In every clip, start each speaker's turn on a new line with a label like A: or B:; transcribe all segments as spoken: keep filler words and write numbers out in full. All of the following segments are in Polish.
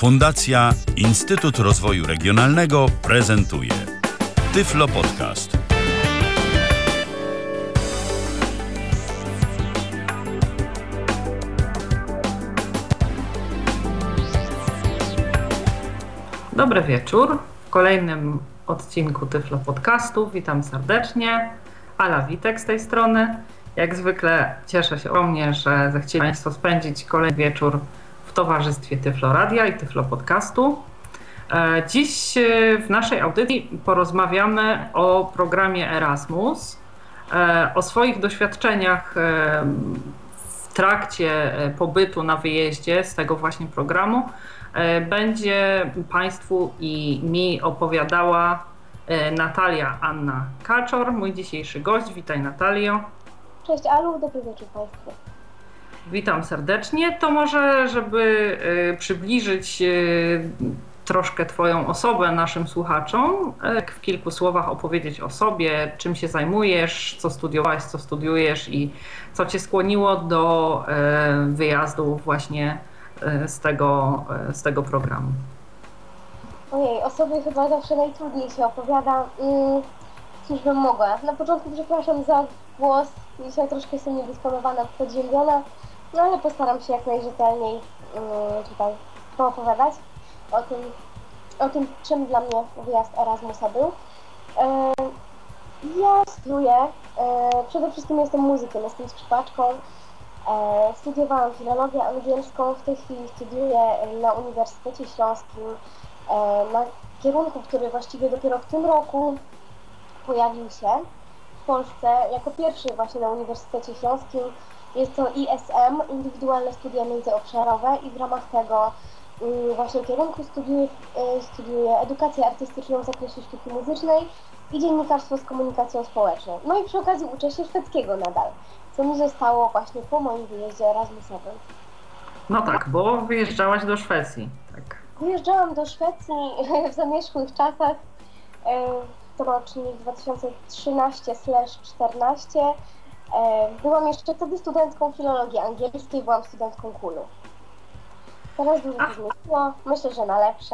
A: Fundacja Instytut Rozwoju Regionalnego prezentuje Tyflo Podcast.
B: Dobry wieczór. W kolejnym odcinku Tyflo Podcastu witam serdecznie. Ala Witek z tej strony. Jak zwykle cieszę się ogromnie, że zechcieli Państwo spędzić kolejny wieczór w towarzystwie Tyflo Radia i Tyflo Podcastu. Dziś w naszej audycji porozmawiamy o programie Erasmus, o swoich doświadczeniach w trakcie pobytu na wyjeździe z tego właśnie programu. Będzie Państwu i mi opowiadała Natalia Anna Kaczor, mój dzisiejszy gość. Witaj, Natalio.
C: Cześć, Alu, dobry wieczór Państwu.
B: Witam serdecznie. To może, żeby przybliżyć troszkę Twoją osobę naszym słuchaczom, w kilku słowach opowiedzieć o sobie, czym się zajmujesz, co studiowałaś, co studiujesz i co Cię skłoniło do wyjazdu właśnie z tego, z tego programu.
C: Ojej, o sobie chyba zawsze najtrudniej się opowiada, mm, niż bym mogła. Na początku przepraszam za głos, dzisiaj troszkę jestem niedysponowana, podziębiona, no ale postaram się jak najrzetelniej mm, tutaj poopowiadać o tym, o tym, czym dla mnie wyjazd Erasmusa był. E, ja studiuję, e, przede wszystkim jestem muzykiem, jestem skrzypaczką. E, studiowałam filologię angielską, w tej chwili studiuję na Uniwersytecie Śląskim e, na kierunku, który właściwie dopiero w tym roku pojawił się w Polsce jako pierwszy właśnie na Uniwersytecie Śląskim. Jest to I S M, Indywidualne Studia Międzyobszarowe, i w ramach tego y, właśnie kierunku studiuję, y, studiuję edukację artystyczną w zakresie sztuki muzycznej i dziennikarstwo z komunikacją społeczną. No i przy okazji uczę się szwedzkiego nadal, co mi zostało właśnie po moim wyjeździe Erasmusowym.
B: No tak, bo wyjeżdżałaś do Szwecji. Tak.
C: Wyjeżdżałam do Szwecji w zamierzchłych czasach, to rocznik dwa tysiące trzynasty czternasty. Byłam jeszcze wtedy studentką filologii angielskiej, byłam studentką kulu. Teraz dużo się zmieniło, myślę, że na lepsze.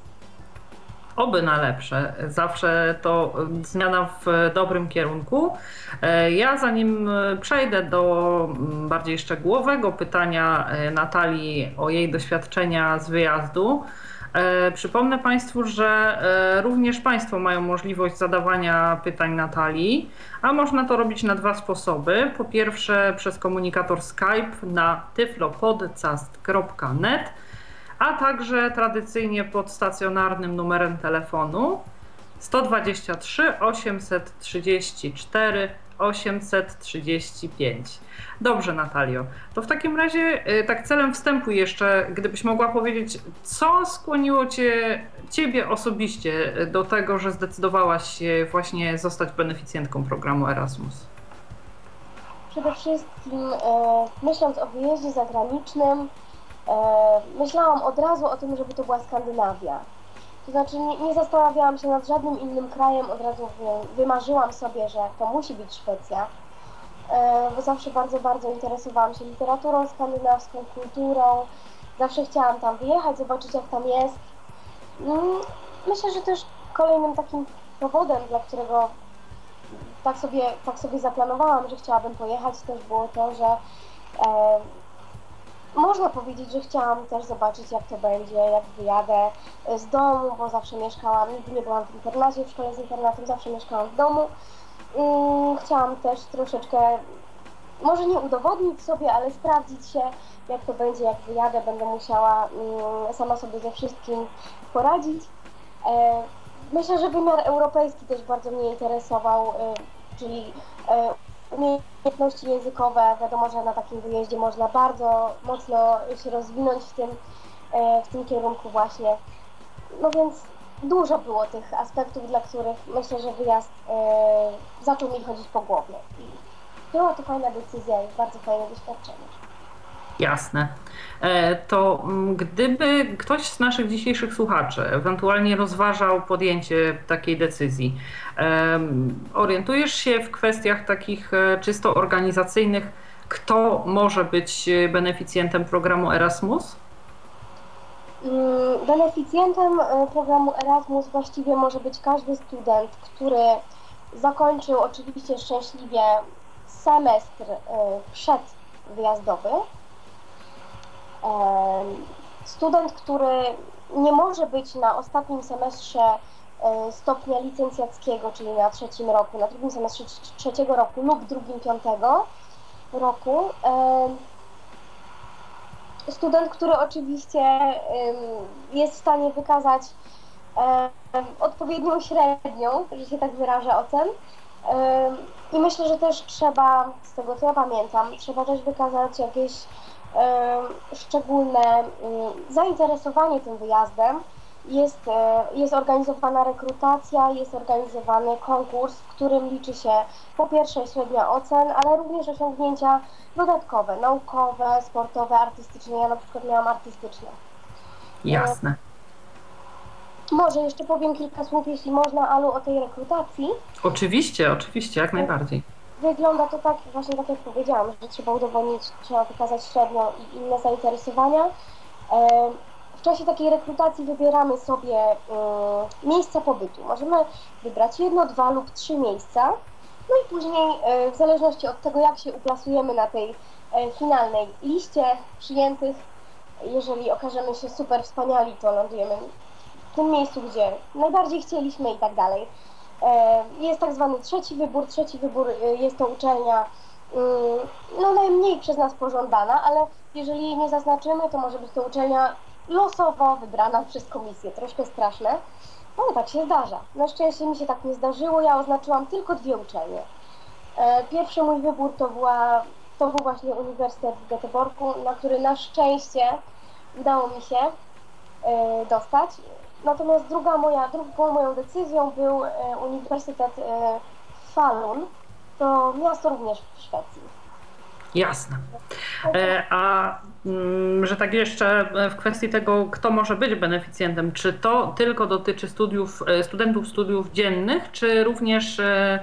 B: Oby na lepsze. Zawsze to zmiana w dobrym kierunku. Ja zanim przejdę do bardziej szczegółowego pytania Natalii o jej doświadczenia z wyjazdu, przypomnę Państwu, że również Państwo mają możliwość zadawania pytań Natalii, a można to robić na dwa sposoby. Po pierwsze przez komunikator Skype na tyflopodcast kropka net, a także tradycyjnie pod stacjonarnym numerem telefonu sto dwadzieścia trzy osiemset trzydzieści cztery osiemset trzydzieści pięć. Dobrze, Natalio. To w takim razie tak celem wstępu jeszcze, gdybyś mogła powiedzieć, co skłoniło Cię, Ciebie osobiście do tego, że zdecydowałaś się właśnie zostać beneficjentką programu Erasmus?
C: Przede wszystkim e, myśląc o wyjeździe zagranicznym, e, myślałam od razu o tym, żeby to była Skandynawia. To znaczy nie, nie zastanawiałam się nad żadnym innym krajem, od razu wymarzyłam sobie, że to musi być Szwecja, bo zawsze bardzo, bardzo interesowałam się literaturą skandynawską, kulturą, zawsze chciałam tam wyjechać, zobaczyć jak tam jest. Myślę, że też kolejnym takim powodem, dla którego tak sobie, tak sobie zaplanowałam, że chciałabym pojechać, też było to, że e, można powiedzieć, że chciałam też zobaczyć jak to będzie, jak wyjadę z domu, bo zawsze mieszkałam, nigdy nie byłam w internacie, w szkole z internatem, zawsze mieszkałam w domu. Chciałam też troszeczkę, może nie udowodnić sobie, ale sprawdzić się jak to będzie, jak wyjadę, będę musiała sama sobie ze wszystkim poradzić. Myślę, że wymiar europejski też bardzo mnie interesował, czyli umiejętności językowe. Wiadomo, że na takim wyjeździe można bardzo mocno się rozwinąć w tym, w tym kierunku właśnie. No więc dużo było tych aspektów, dla których myślę, że wyjazd e, zaczął mi chodzić po głowie. I była to fajna decyzja i bardzo fajne doświadczenie.
B: Jasne. To gdyby ktoś z naszych dzisiejszych słuchaczy ewentualnie rozważał podjęcie takiej decyzji, orientujesz się w kwestiach takich czysto organizacyjnych, kto może być beneficjentem programu Erasmus?
C: Beneficjentem programu Erasmus właściwie może być każdy student, który zakończył oczywiście szczęśliwie semestr przedwyjazdowy. Student, który nie może być na ostatnim semestrze stopnia licencjackiego, czyli na trzecim roku, na drugim semestrze trzeciego roku lub drugim piątego roku. Student, który oczywiście jest w stanie wykazać odpowiednią średnią, że się tak wyrażę, ocen. I myślę, że też trzeba, z tego co ja pamiętam, trzeba też wykazać jakieś szczególne zainteresowanie tym wyjazdem. Jest, jest organizowana rekrutacja, jest organizowany konkurs, w którym liczy się po pierwsze średnia ocen, ale również osiągnięcia dodatkowe, naukowe, sportowe, artystyczne. Ja na przykład miałam artystyczne.
B: Jasne.
C: Może jeszcze powiem kilka słów, jeśli można, Alu, o tej rekrutacji.
B: Oczywiście, oczywiście, jak najbardziej.
C: Wygląda to tak, właśnie tak jak powiedziałam, że trzeba udowodnić, trzeba wykazać średnią i inne zainteresowania. W czasie takiej rekrutacji wybieramy sobie miejsca pobytu. Możemy wybrać jedno, dwa lub trzy miejsca. No i później, w zależności od tego, jak się uplasujemy na tej finalnej liście przyjętych, jeżeli okażemy się super wspaniali, to lądujemy w tym miejscu, gdzie najbardziej chcieliśmy i tak dalej. Jest tak zwany trzeci wybór. Trzeci wybór jest to uczelnia no najmniej przez nas pożądana, ale jeżeli jej nie zaznaczymy, to może być to uczelnia losowo wybrana przez komisję. Troszkę straszne, ale tak się zdarza. Na szczęście mi się tak nie zdarzyło, ja oznaczyłam tylko dwie uczelnie. Pierwszy mój wybór to, była, to był właśnie Uniwersytet w Göteborgu, na który na szczęście udało mi się dostać. Natomiast druga moja, drugą moją decyzją był Uniwersytet w Falun, to miasto również w Szwecji.
B: Jasne. A że tak jeszcze w kwestii tego, kto może być beneficjentem, czy to tylko dotyczy studiów, studentów studiów dziennych, czy również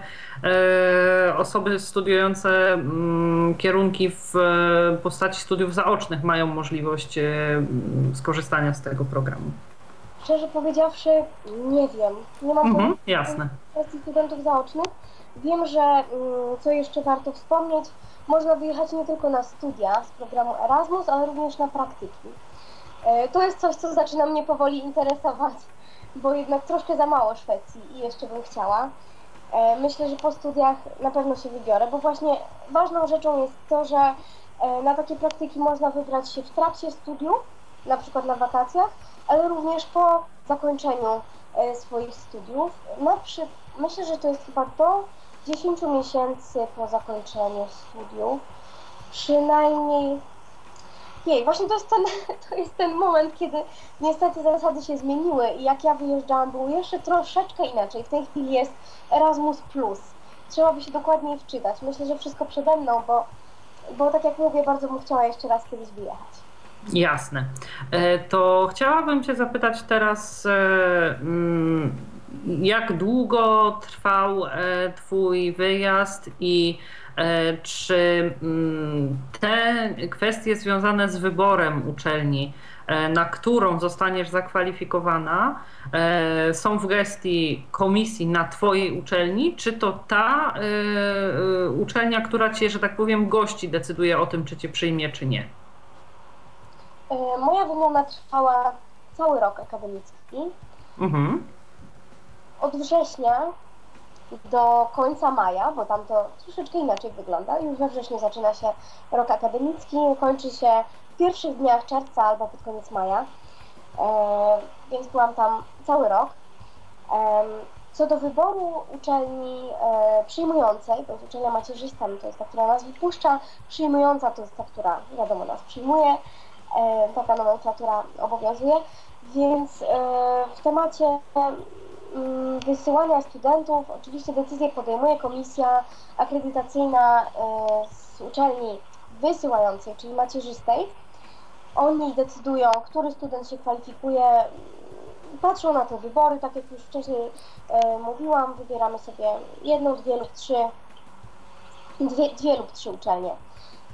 B: osoby studiujące kierunki w postaci studiów zaocznych mają możliwość skorzystania z tego programu?
C: Szczerze powiedziawszy, nie wiem. Nie mam
B: mhm,
C: pojęcia
B: jasne.
C: w kwestii studentów zaocznych. Wiem, że co jeszcze warto wspomnieć, można wyjechać nie tylko na studia z programu Erasmus, ale również na praktyki. To jest coś, co zaczyna mnie powoli interesować, bo jednak troszkę za mało Szwecji i jeszcze bym chciała. Myślę, że po studiach na pewno się wybiorę, bo właśnie ważną rzeczą jest to, że na takie praktyki można wybrać się w trakcie studiów, na przykład na wakacjach, ale również po zakończeniu swoich studiów. Na przy... Myślę, że to jest chyba do dziesięciu miesięcy po zakończeniu studiów. Przynajmniej... Jej, właśnie to jest, ten, to jest ten moment, kiedy niestety zasady się zmieniły i jak ja wyjeżdżałam, było jeszcze troszeczkę inaczej. W tej chwili jest Erasmus plus. Trzeba by się dokładniej wczytać. Myślę, że wszystko przede mną, bo, bo tak jak mówię, bardzo bym chciała jeszcze raz kiedyś wyjechać.
B: Jasne. To chciałabym Cię zapytać teraz, jak długo trwał Twój wyjazd i czy te kwestie związane z wyborem uczelni, na którą zostaniesz zakwalifikowana, są w gestii komisji na Twojej uczelni, czy to ta uczelnia, która Cię, że tak powiem, gości, decyduje o tym, czy Cię przyjmie, czy nie?
C: Moja wymiana trwała cały rok akademicki. Mhm. Od września do końca maja, bo tam to troszeczkę inaczej wygląda. Już we wrześniu zaczyna się rok akademicki, kończy się w pierwszych dniach czerwca albo pod koniec maja, e, więc byłam tam cały rok. E, co do wyboru uczelni e, przyjmującej, bo uczelnia macierzysta to jest ta, która nas wypuszcza, przyjmująca to jest ta, która wiadomo nas przyjmuje, e, taka nomenklatura obowiązuje, więc e, w temacie wysyłania studentów oczywiście decyzję podejmuje komisja akredytacyjna z uczelni wysyłającej, czyli macierzystej. Oni decydują, który student się kwalifikuje, patrzą na te wybory, tak jak już wcześniej mówiłam, wybieramy sobie jedną, dwie lub trzy, dwie, dwie lub trzy uczelnie.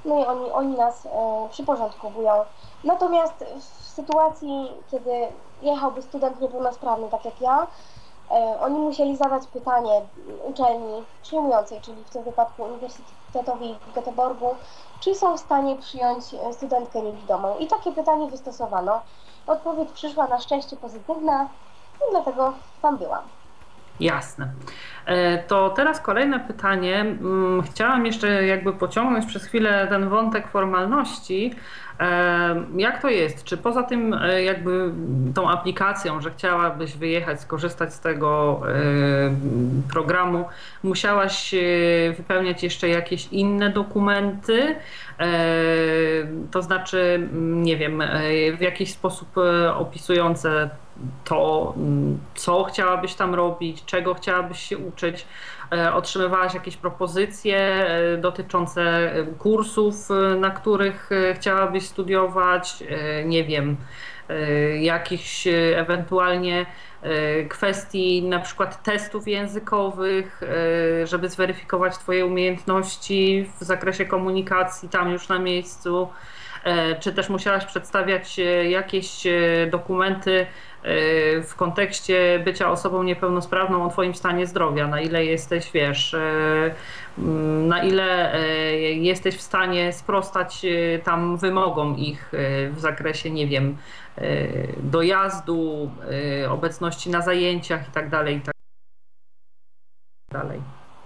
C: no i oni, oni nas przyporządkowują. Natomiast w sytuacji, kiedy jechałby student niepełnosprawny, tak jak ja, oni musieli zadać pytanie uczelni przyjmującej, czyli w tym wypadku Uniwersytetowi w Göteborgu, czy są w stanie przyjąć studentkę niewidomą. I takie pytanie wystosowano. Odpowiedź przyszła na szczęście pozytywna i dlatego tam byłam.
B: Jasne. To teraz kolejne pytanie. Chciałam jeszcze jakby pociągnąć przez chwilę ten wątek formalności. Jak to jest? Czy poza tym jakby tą aplikacją, że chciałabyś wyjechać, skorzystać z tego programu, musiałaś wypełniać jeszcze jakieś inne dokumenty? To znaczy, nie wiem, w jakiś sposób opisujące to, co chciałabyś tam robić, czego chciałabyś się uczyć, otrzymywałaś jakieś propozycje dotyczące kursów, na których chciałabyś studiować, nie wiem, jakichś ewentualnie kwestii na przykład testów językowych, żeby zweryfikować Twoje umiejętności w zakresie komunikacji tam już na miejscu, czy też musiałaś przedstawiać jakieś dokumenty w kontekście bycia osobą niepełnosprawną o Twoim stanie zdrowia, na ile jesteś, wiesz, na ile jesteś w stanie sprostać tam wymogom ich w zakresie, nie wiem, dojazdu, obecności na zajęciach i tak dalej, i tak dalej.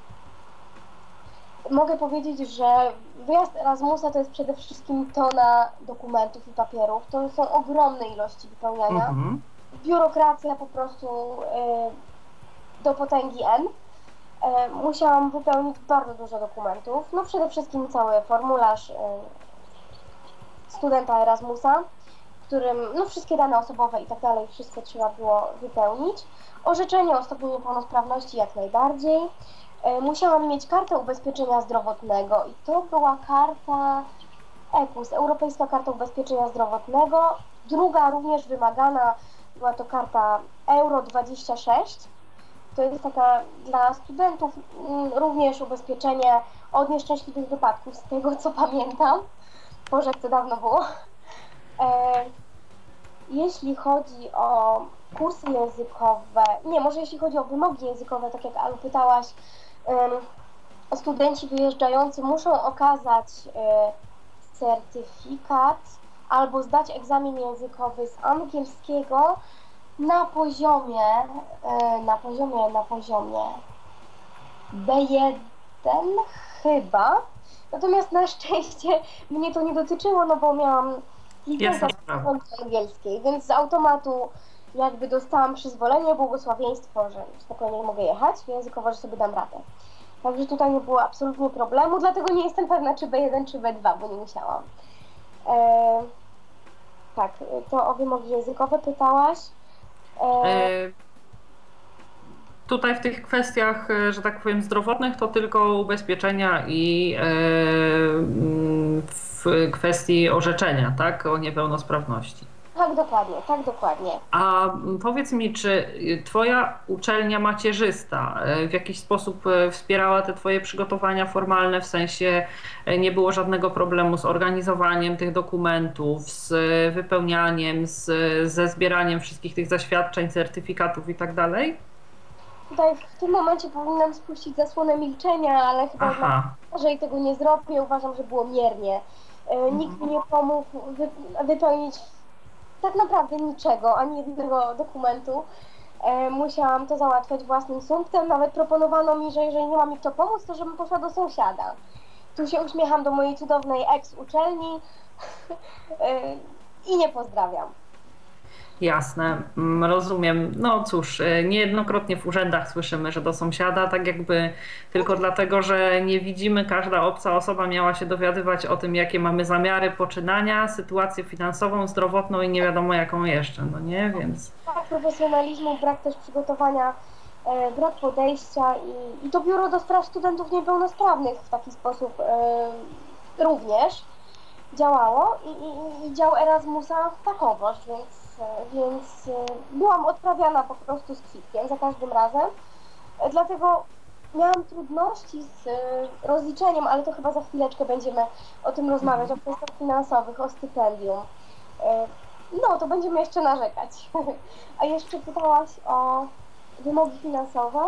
C: Mogę powiedzieć, że wyjazd Erasmusa to jest przede wszystkim tona dokumentów i papierów. To są ogromne ilości wypełniania. Mhm. Biurokracja po prostu y, do potęgi N. Y, musiałam wypełnić bardzo dużo dokumentów. No przede wszystkim cały formularz y, studenta Erasmusa, w którym no, wszystkie dane osobowe i tak dalej, wszystko trzeba było wypełnić. Orzeczenie o stopniu niepełnosprawności jak najbardziej. Y, musiałam mieć kartę ubezpieczenia zdrowotnego i to była karta E K U S, Europejska Karta Ubezpieczenia Zdrowotnego. Druga również wymagana była to karta Euro dwadzieścia sześć. To jest taka dla studentów również ubezpieczenie od nieszczęśliwych wypadków, z tego co pamiętam. Boże, jak to dawno było. E, jeśli chodzi o kursy językowe, nie, może jeśli chodzi o wymogi językowe, tak jak Alu pytałaś, um, studenci wyjeżdżający muszą okazać um, certyfikat albo zdać egzamin językowy z angielskiego na poziomie, na poziomie, na poziomie B jeden chyba. Natomiast na szczęście mnie to nie dotyczyło, no bo miałam licencję angielskiej, więc z automatu jakby dostałam przyzwolenie, błogosławieństwo, że spokojnie mogę jechać, językowo, że sobie dam radę. Także tutaj nie było absolutnie problemu, dlatego nie jestem pewna, czy B jeden, czy B dwa, bo nie musiałam. E, tak, to o wymogi językowe pytałaś. E,
B: Tutaj w tych kwestiach, że tak powiem, zdrowotnych to tylko ubezpieczenia i e, w kwestii orzeczenia, tak, o niepełnosprawności.
C: Tak, dokładnie, tak, dokładnie.
B: A powiedz mi, czy Twoja uczelnia macierzysta w jakiś sposób wspierała te Twoje przygotowania formalne, w sensie nie było żadnego problemu z organizowaniem tych dokumentów, z wypełnianiem, z, ze zbieraniem wszystkich tych zaświadczeń, certyfikatów i tak dalej?
C: Tutaj w tym momencie powinnam spuścić zasłonę milczenia, ale chyba
B: Aha.
C: jeżeli tego nie zrobię, uważam, że było miernie. Mhm. Nikt mi nie pomógł wy, wypełnić tak naprawdę niczego, ani jednego dokumentu. E, musiałam to załatwiać własnym sumptem. Nawet proponowano mi, że jeżeli nie ma mi kto pomóc, to żebym poszła do sąsiada. Tu się uśmiecham do mojej cudownej ex-uczelni e, i nie pozdrawiam.
B: Jasne, rozumiem. No cóż, niejednokrotnie w urzędach słyszymy, że do sąsiada, tak jakby tylko dlatego, że nie widzimy, każda obca osoba miała się dowiadywać o tym, jakie mamy zamiary, poczynania, sytuację finansową, zdrowotną i nie wiadomo jaką jeszcze, no nie, więc...
C: Brak profesjonalizmu, brak też przygotowania, brak podejścia i, i to Biuro do Spraw Studentów Niepełnosprawnych w taki sposób e, również działało i, i, i dział Erasmusa takowoż, więc więc byłam odprawiana po prostu z kwitkiem za każdym razem. Dlatego miałam trudności z rozliczeniem, ale to chyba za chwileczkę będziemy o tym rozmawiać, o kwestiach finansowych, o stypendium. No, to będziemy jeszcze narzekać. A jeszcze pytałaś o wymogi finansowe.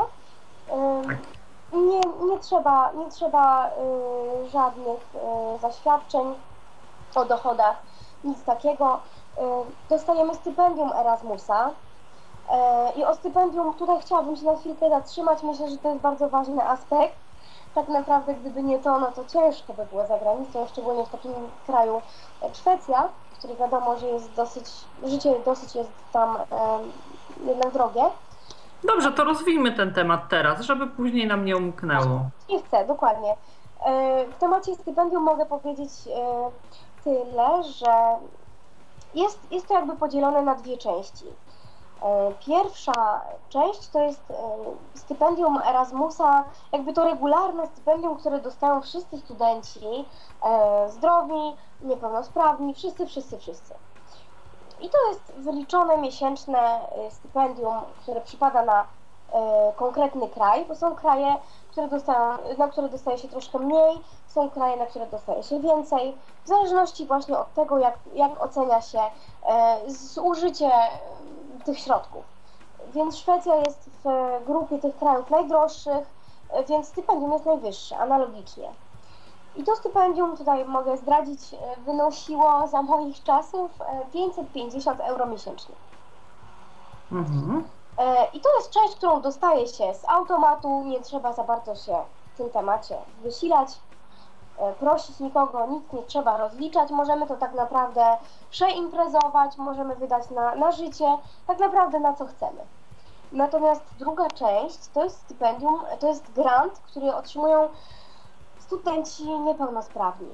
C: Nie, nie trzeba, nie trzeba żadnych zaświadczeń o dochodach, nic takiego. Dostajemy stypendium Erasmusa. I o stypendium tutaj chciałabym się na chwilkę zatrzymać. Myślę, że to jest bardzo ważny aspekt. Tak naprawdę, gdyby nie to, no to ciężko by było za granicą, szczególnie w takim kraju jak Szwecja, który wiadomo, że jest dosyć, życie dosyć jest tam e, jednak drogie.
B: Dobrze, to rozwijmy ten temat teraz, żeby później nam nie umknęło.
C: Nie chcę, dokładnie. E, w temacie stypendium mogę powiedzieć e, tyle, że jest, jest to jakby podzielone na dwie części. Pierwsza część to jest stypendium Erasmusa, jakby to regularne stypendium, które dostają wszyscy studenci, zdrowi, niepełnosprawni, wszyscy, wszyscy, wszyscy. I to jest wyliczone miesięczne stypendium, które przypada na konkretny kraj, bo są kraje, które dostają, na które dostaje się troszkę mniej, są kraje, na które dostaje się więcej, w zależności właśnie od tego, jak, jak ocenia się zużycie tych środków. Więc Szwecja jest w grupie tych krajów najdroższych, więc stypendium jest najwyższe, analogicznie. I to stypendium, tutaj mogę zdradzić, wynosiło za moich czasów pięćset pięćdziesiąt euro miesięcznie.
B: Mhm.
C: I to jest część, którą dostaje się z automatu, nie trzeba za bardzo się w tym temacie wysilać, prosić nikogo, nic nie trzeba rozliczać, możemy to tak naprawdę przeimprezować, możemy wydać na, na życie, tak naprawdę na co chcemy. Natomiast druga część to jest stypendium, to jest grant, który otrzymują studenci niepełnosprawni.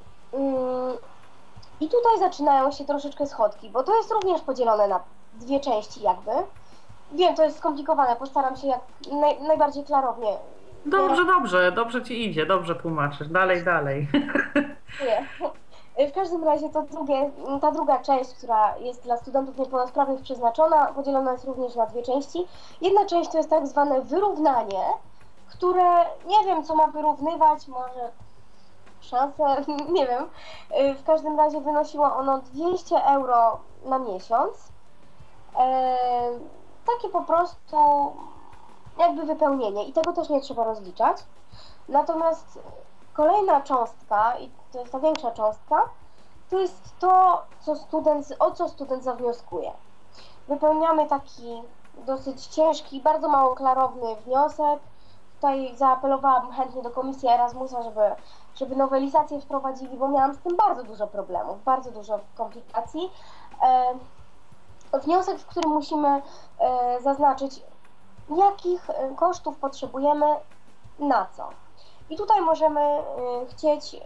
C: I tutaj zaczynają się troszeczkę schodki, bo to jest również podzielone na dwie części jakby. Wiem, to jest skomplikowane, postaram się jak naj, najbardziej klarownie.
B: Dobrze, dobrze, dobrze ci idzie, dobrze tłumaczysz. Dalej, dalej.
C: Nie. W każdym razie to drugie, ta druga część, która jest dla studentów niepełnosprawnych przeznaczona, podzielona jest również na dwie części. Jedna część to jest tak zwane wyrównanie, które nie wiem, co ma wyrównywać, może szanse, nie wiem. W każdym razie wynosiło ono dwieście euro na miesiąc. Eee, takie po prostu jakby wypełnienie i tego też nie trzeba rozliczać. Natomiast kolejna cząstka, i to jest ta większa cząstka, to jest to, co student, o co student zawnioskuje. Wypełniamy taki dosyć ciężki, bardzo mało klarowny wniosek. Tutaj zaapelowałabym chętnie do Komisji Erasmusa, żeby, żeby nowelizację wprowadzili, bo miałam z tym bardzo dużo problemów, bardzo dużo komplikacji. E, wniosek, w którym musimy e, zaznaczyć, jakich kosztów potrzebujemy, na co. I tutaj możemy chcieć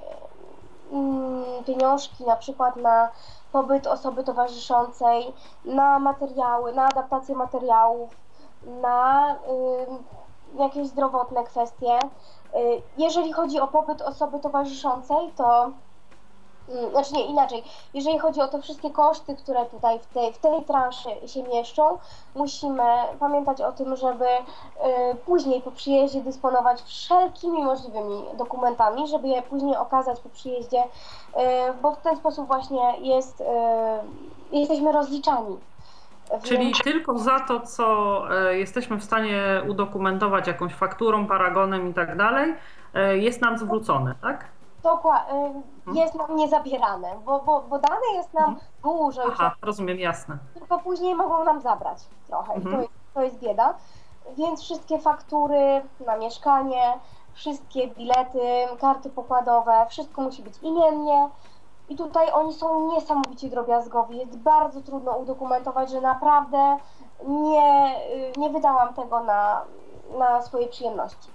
C: pieniążki na przykład na pobyt osoby towarzyszącej, na materiały, na adaptację materiałów, na jakieś zdrowotne kwestie. Jeżeli chodzi o pobyt osoby towarzyszącej, to Znaczy nie, inaczej. Jeżeli chodzi o te wszystkie koszty, które tutaj w tej, w tej transzy się mieszczą, musimy pamiętać o tym, żeby y, później po przyjeździe dysponować wszelkimi możliwymi dokumentami, żeby je później okazać po przyjeździe, y, bo w ten sposób właśnie jest, y, jesteśmy rozliczani.
B: Czyli
C: Więc...
B: tylko za to, co y, jesteśmy w stanie udokumentować jakąś fakturą, paragonem i tak dalej, y, jest nam zwrócone, tak?
C: Dokładnie, jest nam niezabierane, bo, bo, bo dane jest nam dużo.
B: Aha, rozumiem, jasne.
C: Tylko później mogą nam zabrać trochę i to
B: Mhm.
C: jest, to jest bieda. Więc wszystkie faktury na mieszkanie, wszystkie bilety, karty pokładowe, wszystko musi być imiennie. I tutaj oni są niesamowicie drobiazgowi. Jest bardzo trudno udokumentować, że naprawdę nie, nie wydałam tego na, na swoje przyjemności.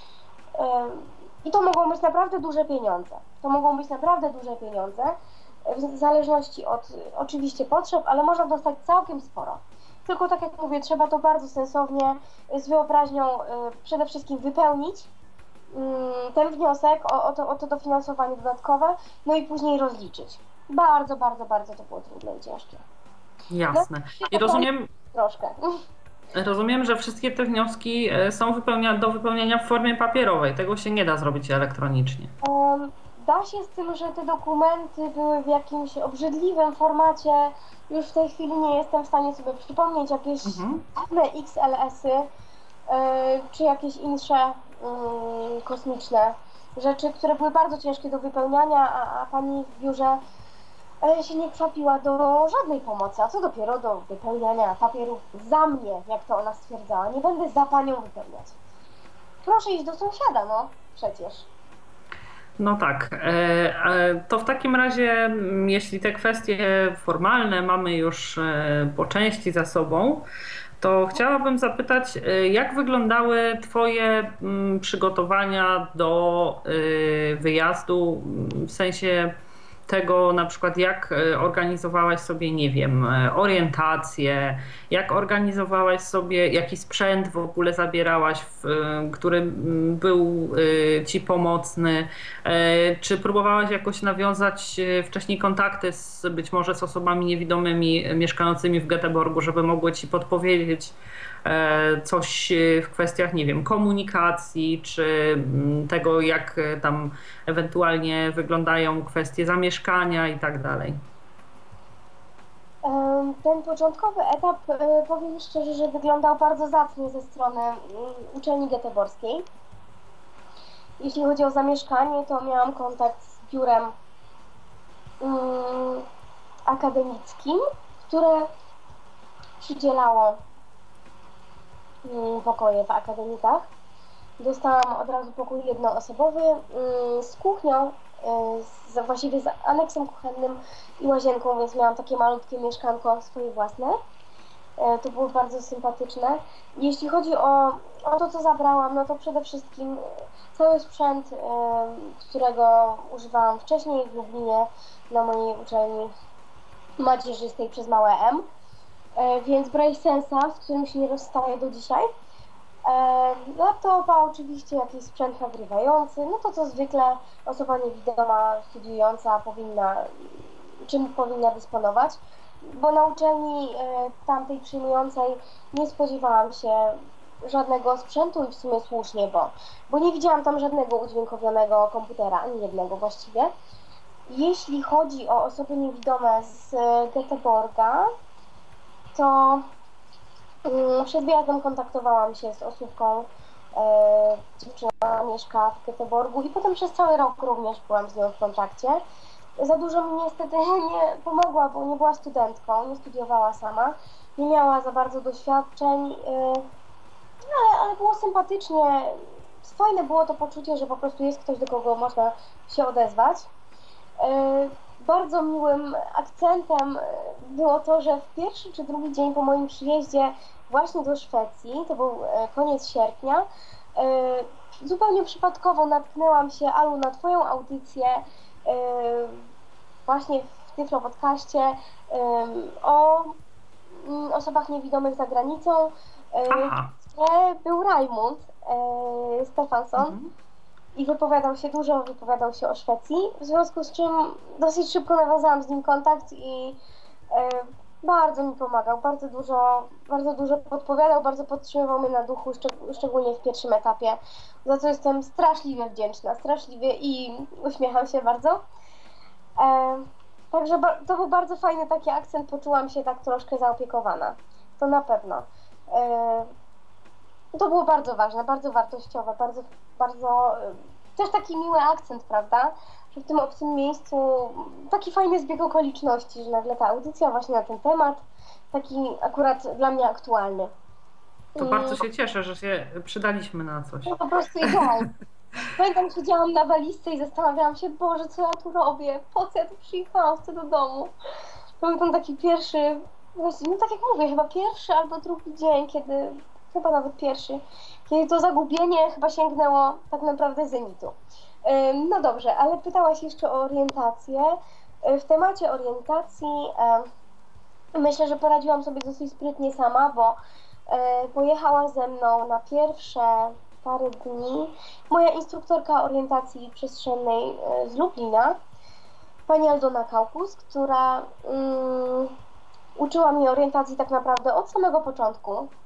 C: I to mogą być naprawdę duże pieniądze. To mogą być naprawdę duże pieniądze, w zależności od oczywiście potrzeb, ale można dostać całkiem sporo. Tylko tak jak mówię, trzeba to bardzo sensownie, z wyobraźnią przede wszystkim wypełnić ten wniosek o, o, to, o to dofinansowanie dodatkowe, no i później rozliczyć. Bardzo, bardzo, bardzo to było trudne i ciężkie.
B: Jasne. I rozumiem,
C: Troszkę.
B: Rozumiem, że wszystkie te wnioski są wypełnia, do wypełnienia w formie papierowej. Tego się nie da zrobić elektronicznie.
C: Um, da się, z tym, że te dokumenty były w jakimś obrzydliwym formacie. Już w tej chwili nie jestem w stanie sobie przypomnieć jakieś mhm. X L S-y yy, czy jakieś insze yy, kosmiczne rzeczy, które były bardzo ciężkie do wypełniania, a, a pani w biurze się nie kwapiła do żadnej pomocy, a co dopiero do wypełniania papierów za mnie, jak to ona stwierdzała. Nie będę za panią wypełniać. Proszę iść do sąsiada, no przecież.
B: No tak, to w takim razie, jeśli te kwestie formalne mamy już po części za sobą, to chciałabym zapytać, jak wyglądały Twoje przygotowania do wyjazdu, w sensie tego na przykład jak organizowałaś sobie, nie wiem, orientację, jak organizowałaś sobie, jaki sprzęt w ogóle zabierałaś, w, który był Ci pomocny, czy próbowałaś jakoś nawiązać wcześniej kontakty z, być może z osobami niewidomymi mieszkającymi w Göteborgu, żeby mogły Ci podpowiedzieć coś w kwestiach, nie wiem, komunikacji, czy tego, jak tam ewentualnie wyglądają kwestie zamieszkania i tak dalej.
C: Ten początkowy etap, powiem szczerze, że wyglądał bardzo zacnie ze strony uczelni göteborskiej. Jeśli chodzi o zamieszkanie, to miałam kontakt z biurem akademickim, które przydzielało pokoje w akademikach. Dostałam od razu pokój jednoosobowy z kuchnią, z, właściwie z aneksem kuchennym i łazienką, więc miałam takie malutkie mieszkanko swoje własne. To było bardzo sympatyczne. Jeśli chodzi o, o to, co zabrałam, no to przede wszystkim cały sprzęt, którego używałam wcześniej w Lublinie na mojej uczelni macierzystej przez małe M. Więc Braillesensa, z którym się nie rozstaję do dzisiaj. Laptopa, oczywiście jakiś sprzęt nagrywający, no to co zwykle osoba niewidoma, studiująca powinna, czym powinna dysponować, bo na uczelni tamtej przyjmującej nie spodziewałam się żadnego sprzętu i w sumie słusznie, bo, bo nie widziałam tam żadnego udźwiękowionego komputera, ani jednego właściwie. Jeśli chodzi o osoby niewidome z Göteborga, to przed wyjazdem kontaktowałam się z osóbką, e, dziewczyna mieszka w Göteborgu i potem przez cały rok również byłam z nią w kontakcie. Za dużo mi niestety nie pomogła, bo nie była studentką, nie studiowała sama, nie miała za bardzo doświadczeń, e, ale, ale było sympatycznie. Fajne było to poczucie, że po prostu jest ktoś, do kogo można się odezwać. E, Bardzo miłym akcentem było to, że w pierwszy czy drugi dzień po moim przyjeździe właśnie do Szwecji, to był koniec sierpnia, zupełnie przypadkowo natknęłam się, Alu, na Twoją audycję właśnie w Tyflo Podcaście o osobach niewidomych za granicą, gdzie był Rajmund Stefansson. Mhm. I wypowiadał się dużo, wypowiadał się o Szwecji, w związku z czym dosyć szybko nawiązałam z nim kontakt i e, bardzo mi pomagał, bardzo dużo, bardzo dużo podpowiadał, bardzo podtrzymywał mnie na duchu, szczeg- szczególnie w pierwszym etapie, za co jestem straszliwie wdzięczna, straszliwie i uśmiecham się bardzo. E, także ba- to był bardzo fajny taki akcent, poczułam się tak troszkę zaopiekowana, to na pewno. E, To było bardzo ważne, bardzo wartościowe, bardzo, bardzo też taki miły akcent, prawda, że w tym obcym miejscu taki fajny zbieg okoliczności, że nagle ta audycja właśnie na ten temat, taki akurat dla mnie aktualny.
B: To I... bardzo się cieszę, że się przydaliśmy na coś.
C: To po prostu idealnie. Pamiętam, siedziałam na walizce i zastanawiałam się, Boże, co ja tu robię, po co ja tu przyjechałam do domu. To był ten taki pierwszy, właśnie, no tak jak mówię, chyba pierwszy albo drugi dzień, kiedy chyba nawet pierwszy, kiedy to zagubienie chyba sięgnęło tak naprawdę zenitu. No dobrze, ale pytałaś jeszcze o orientację. W temacie orientacji myślę, że poradziłam sobie dosyć sprytnie sama, bo pojechała ze mną na pierwsze parę dni moja instruktorka orientacji przestrzennej z Lublina, pani Aldona Kaukus, która um, uczyła mnie orientacji tak naprawdę od samego początku.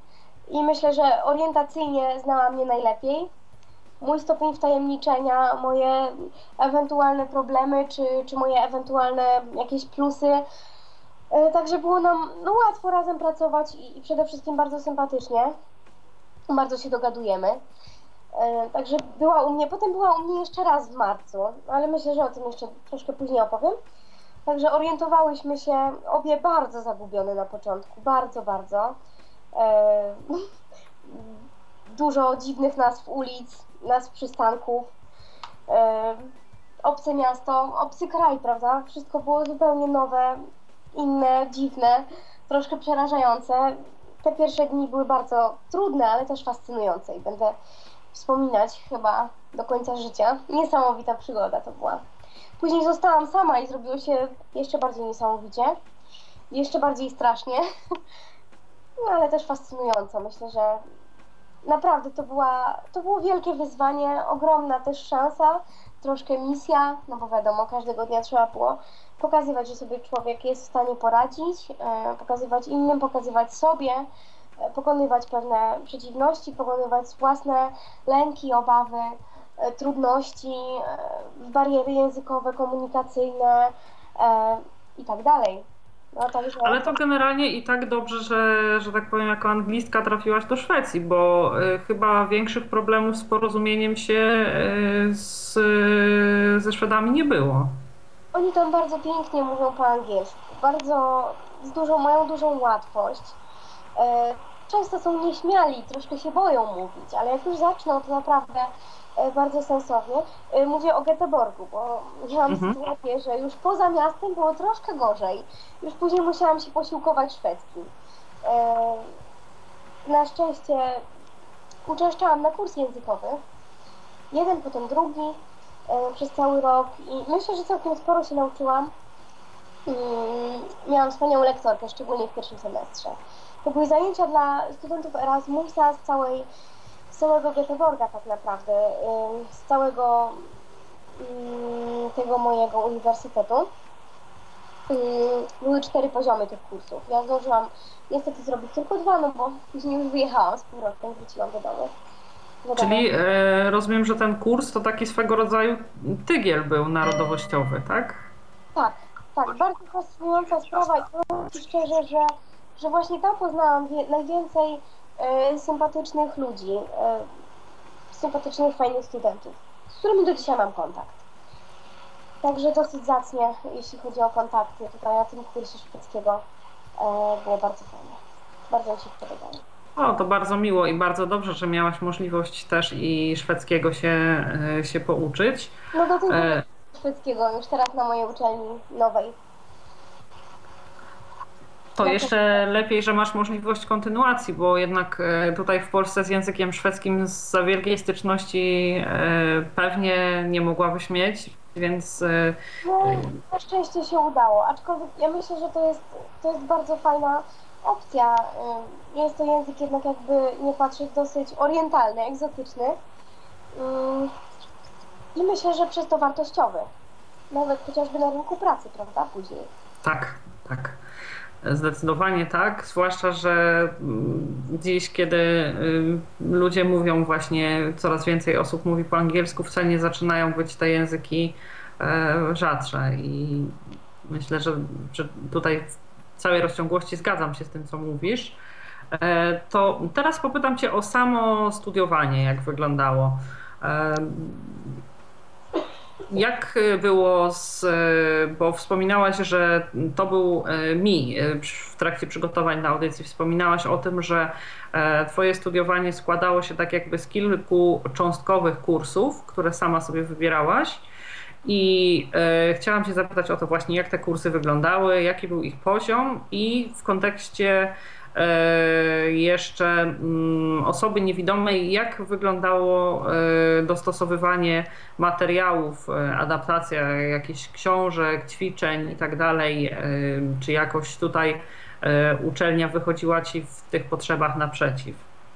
C: i myślę, że orientacyjnie znała mnie najlepiej. Mój stopień wtajemniczenia, moje ewentualne problemy, czy, czy moje ewentualne jakieś plusy. Także było nam no, łatwo razem pracować i, i przede wszystkim bardzo sympatycznie. Bardzo się dogadujemy. Także była u mnie, potem była u mnie jeszcze raz w marcu, ale myślę, że o tym jeszcze troszkę później opowiem. Także orientowałyśmy się obie bardzo zagubione na początku, bardzo, bardzo. E, dużo dziwnych nazw ulic, nazw przystanków, e, obce miasto, obcy kraj, prawda? Wszystko było zupełnie nowe, inne, dziwne, troszkę przerażające. Te pierwsze dni były bardzo trudne, ale też fascynujące i będę wspominać chyba do końca życia. Niesamowita przygoda to była. Później zostałam sama i zrobiło się jeszcze bardziej niesamowicie, jeszcze bardziej strasznie, no ale też fascynująco. Myślę, że naprawdę to, była, to było wielkie wyzwanie, ogromna też szansa, troszkę misja, no bo wiadomo, każdego dnia trzeba było pokazywać, że sobie człowiek jest w stanie poradzić, pokazywać innym, pokazywać sobie, pokonywać pewne przeciwności, pokonywać własne lęki, obawy, trudności, bariery językowe, komunikacyjne i tak dalej. No, także...
B: Ale to generalnie i tak dobrze, że, że tak powiem, jako anglistka trafiłaś do Szwecji, bo y, chyba większych problemów z porozumieniem się y, z, y, ze Szwedami nie było.
C: Oni tam bardzo pięknie mówią po angielsku, bardzo z dużą, mają dużą łatwość. Często są nieśmiali, troszkę się boją mówić, ale jak już zaczną, to naprawdę bardzo sensownie. Mówię o Göteborgu, bo miałam mhm. sytuację, że już poza miastem było troszkę gorzej. Już później musiałam się posiłkować szwedzkim. Na szczęście uczęszczałam na kurs językowy, jeden, potem drugi, przez cały rok i myślę, że całkiem sporo się nauczyłam. Miałam wspaniałą lektorkę, szczególnie w pierwszym semestrze. To były zajęcia dla studentów Erasmusa z, całej, z całego Göteborga tak naprawdę, z całego tego mojego uniwersytetu. Były cztery poziomy tych kursów. Ja zdążyłam niestety zrobić tylko dwa, no bo później już wyjechałam z półrockiem, wróciłam do domu.
B: Czyli e, rozumiem, że ten kurs to taki swego rodzaju tygiel był narodowościowy, tak?
C: Tak, tak. Bardzo fascynująca sprawa i powiem Ci szczerze, że, że właśnie tam poznałam wie, najwięcej e, sympatycznych ludzi, e, sympatycznych, fajnych studentów, z którymi do dzisiaj mam kontakt. Także dosyć zacnie, jeśli chodzi o kontakty tutaj na tym kursie szwedzkiego, e, było bardzo fajnie. Bardzo mi się podobało.
B: O, to bardzo miło i bardzo dobrze, że miałaś możliwość też i szwedzkiego się, się pouczyć.
C: No do tego e... szwedzkiego już teraz na mojej uczelni nowej.
B: To jeszcze lepiej, że masz możliwość kontynuacji, bo jednak tutaj w Polsce z językiem szwedzkim z wielkiej styczności pewnie nie mogłabyś mieć, więc...
C: No, na szczęście się udało, aczkolwiek ja myślę, że to jest, to jest bardzo fajna opcja. Jest to język jednak jakby nie patrzeć dosyć orientalny, egzotyczny i myślę, że przez to wartościowy. Nawet chociażby na rynku pracy, prawda, później.
B: Tak, tak. Zdecydowanie tak, zwłaszcza, że dziś, kiedy ludzie mówią właśnie, coraz więcej osób mówi po angielsku, wcale nie zaczynają być te języki rzadsze i myślę, że, że tutaj w całej rozciągłości zgadzam się z tym, co mówisz. To teraz popytam Cię o samo studiowanie, jak wyglądało. Jak było, z, bo wspominałaś, że to był mi w trakcie przygotowań na audycji, wspominałaś o tym, że Twoje studiowanie składało się tak jakby z kilku cząstkowych kursów, które sama sobie wybierałaś. I e, chciałam Cię zapytać o to właśnie, jak te kursy wyglądały, jaki był ich poziom i w kontekście e, jeszcze mm, osoby niewidomej, jak wyglądało e, dostosowywanie materiałów, e, adaptacja jakichś książek, ćwiczeń i tak dalej, e, czy jakoś tutaj e, uczelnia wychodziła Ci w tych potrzebach naprzeciw?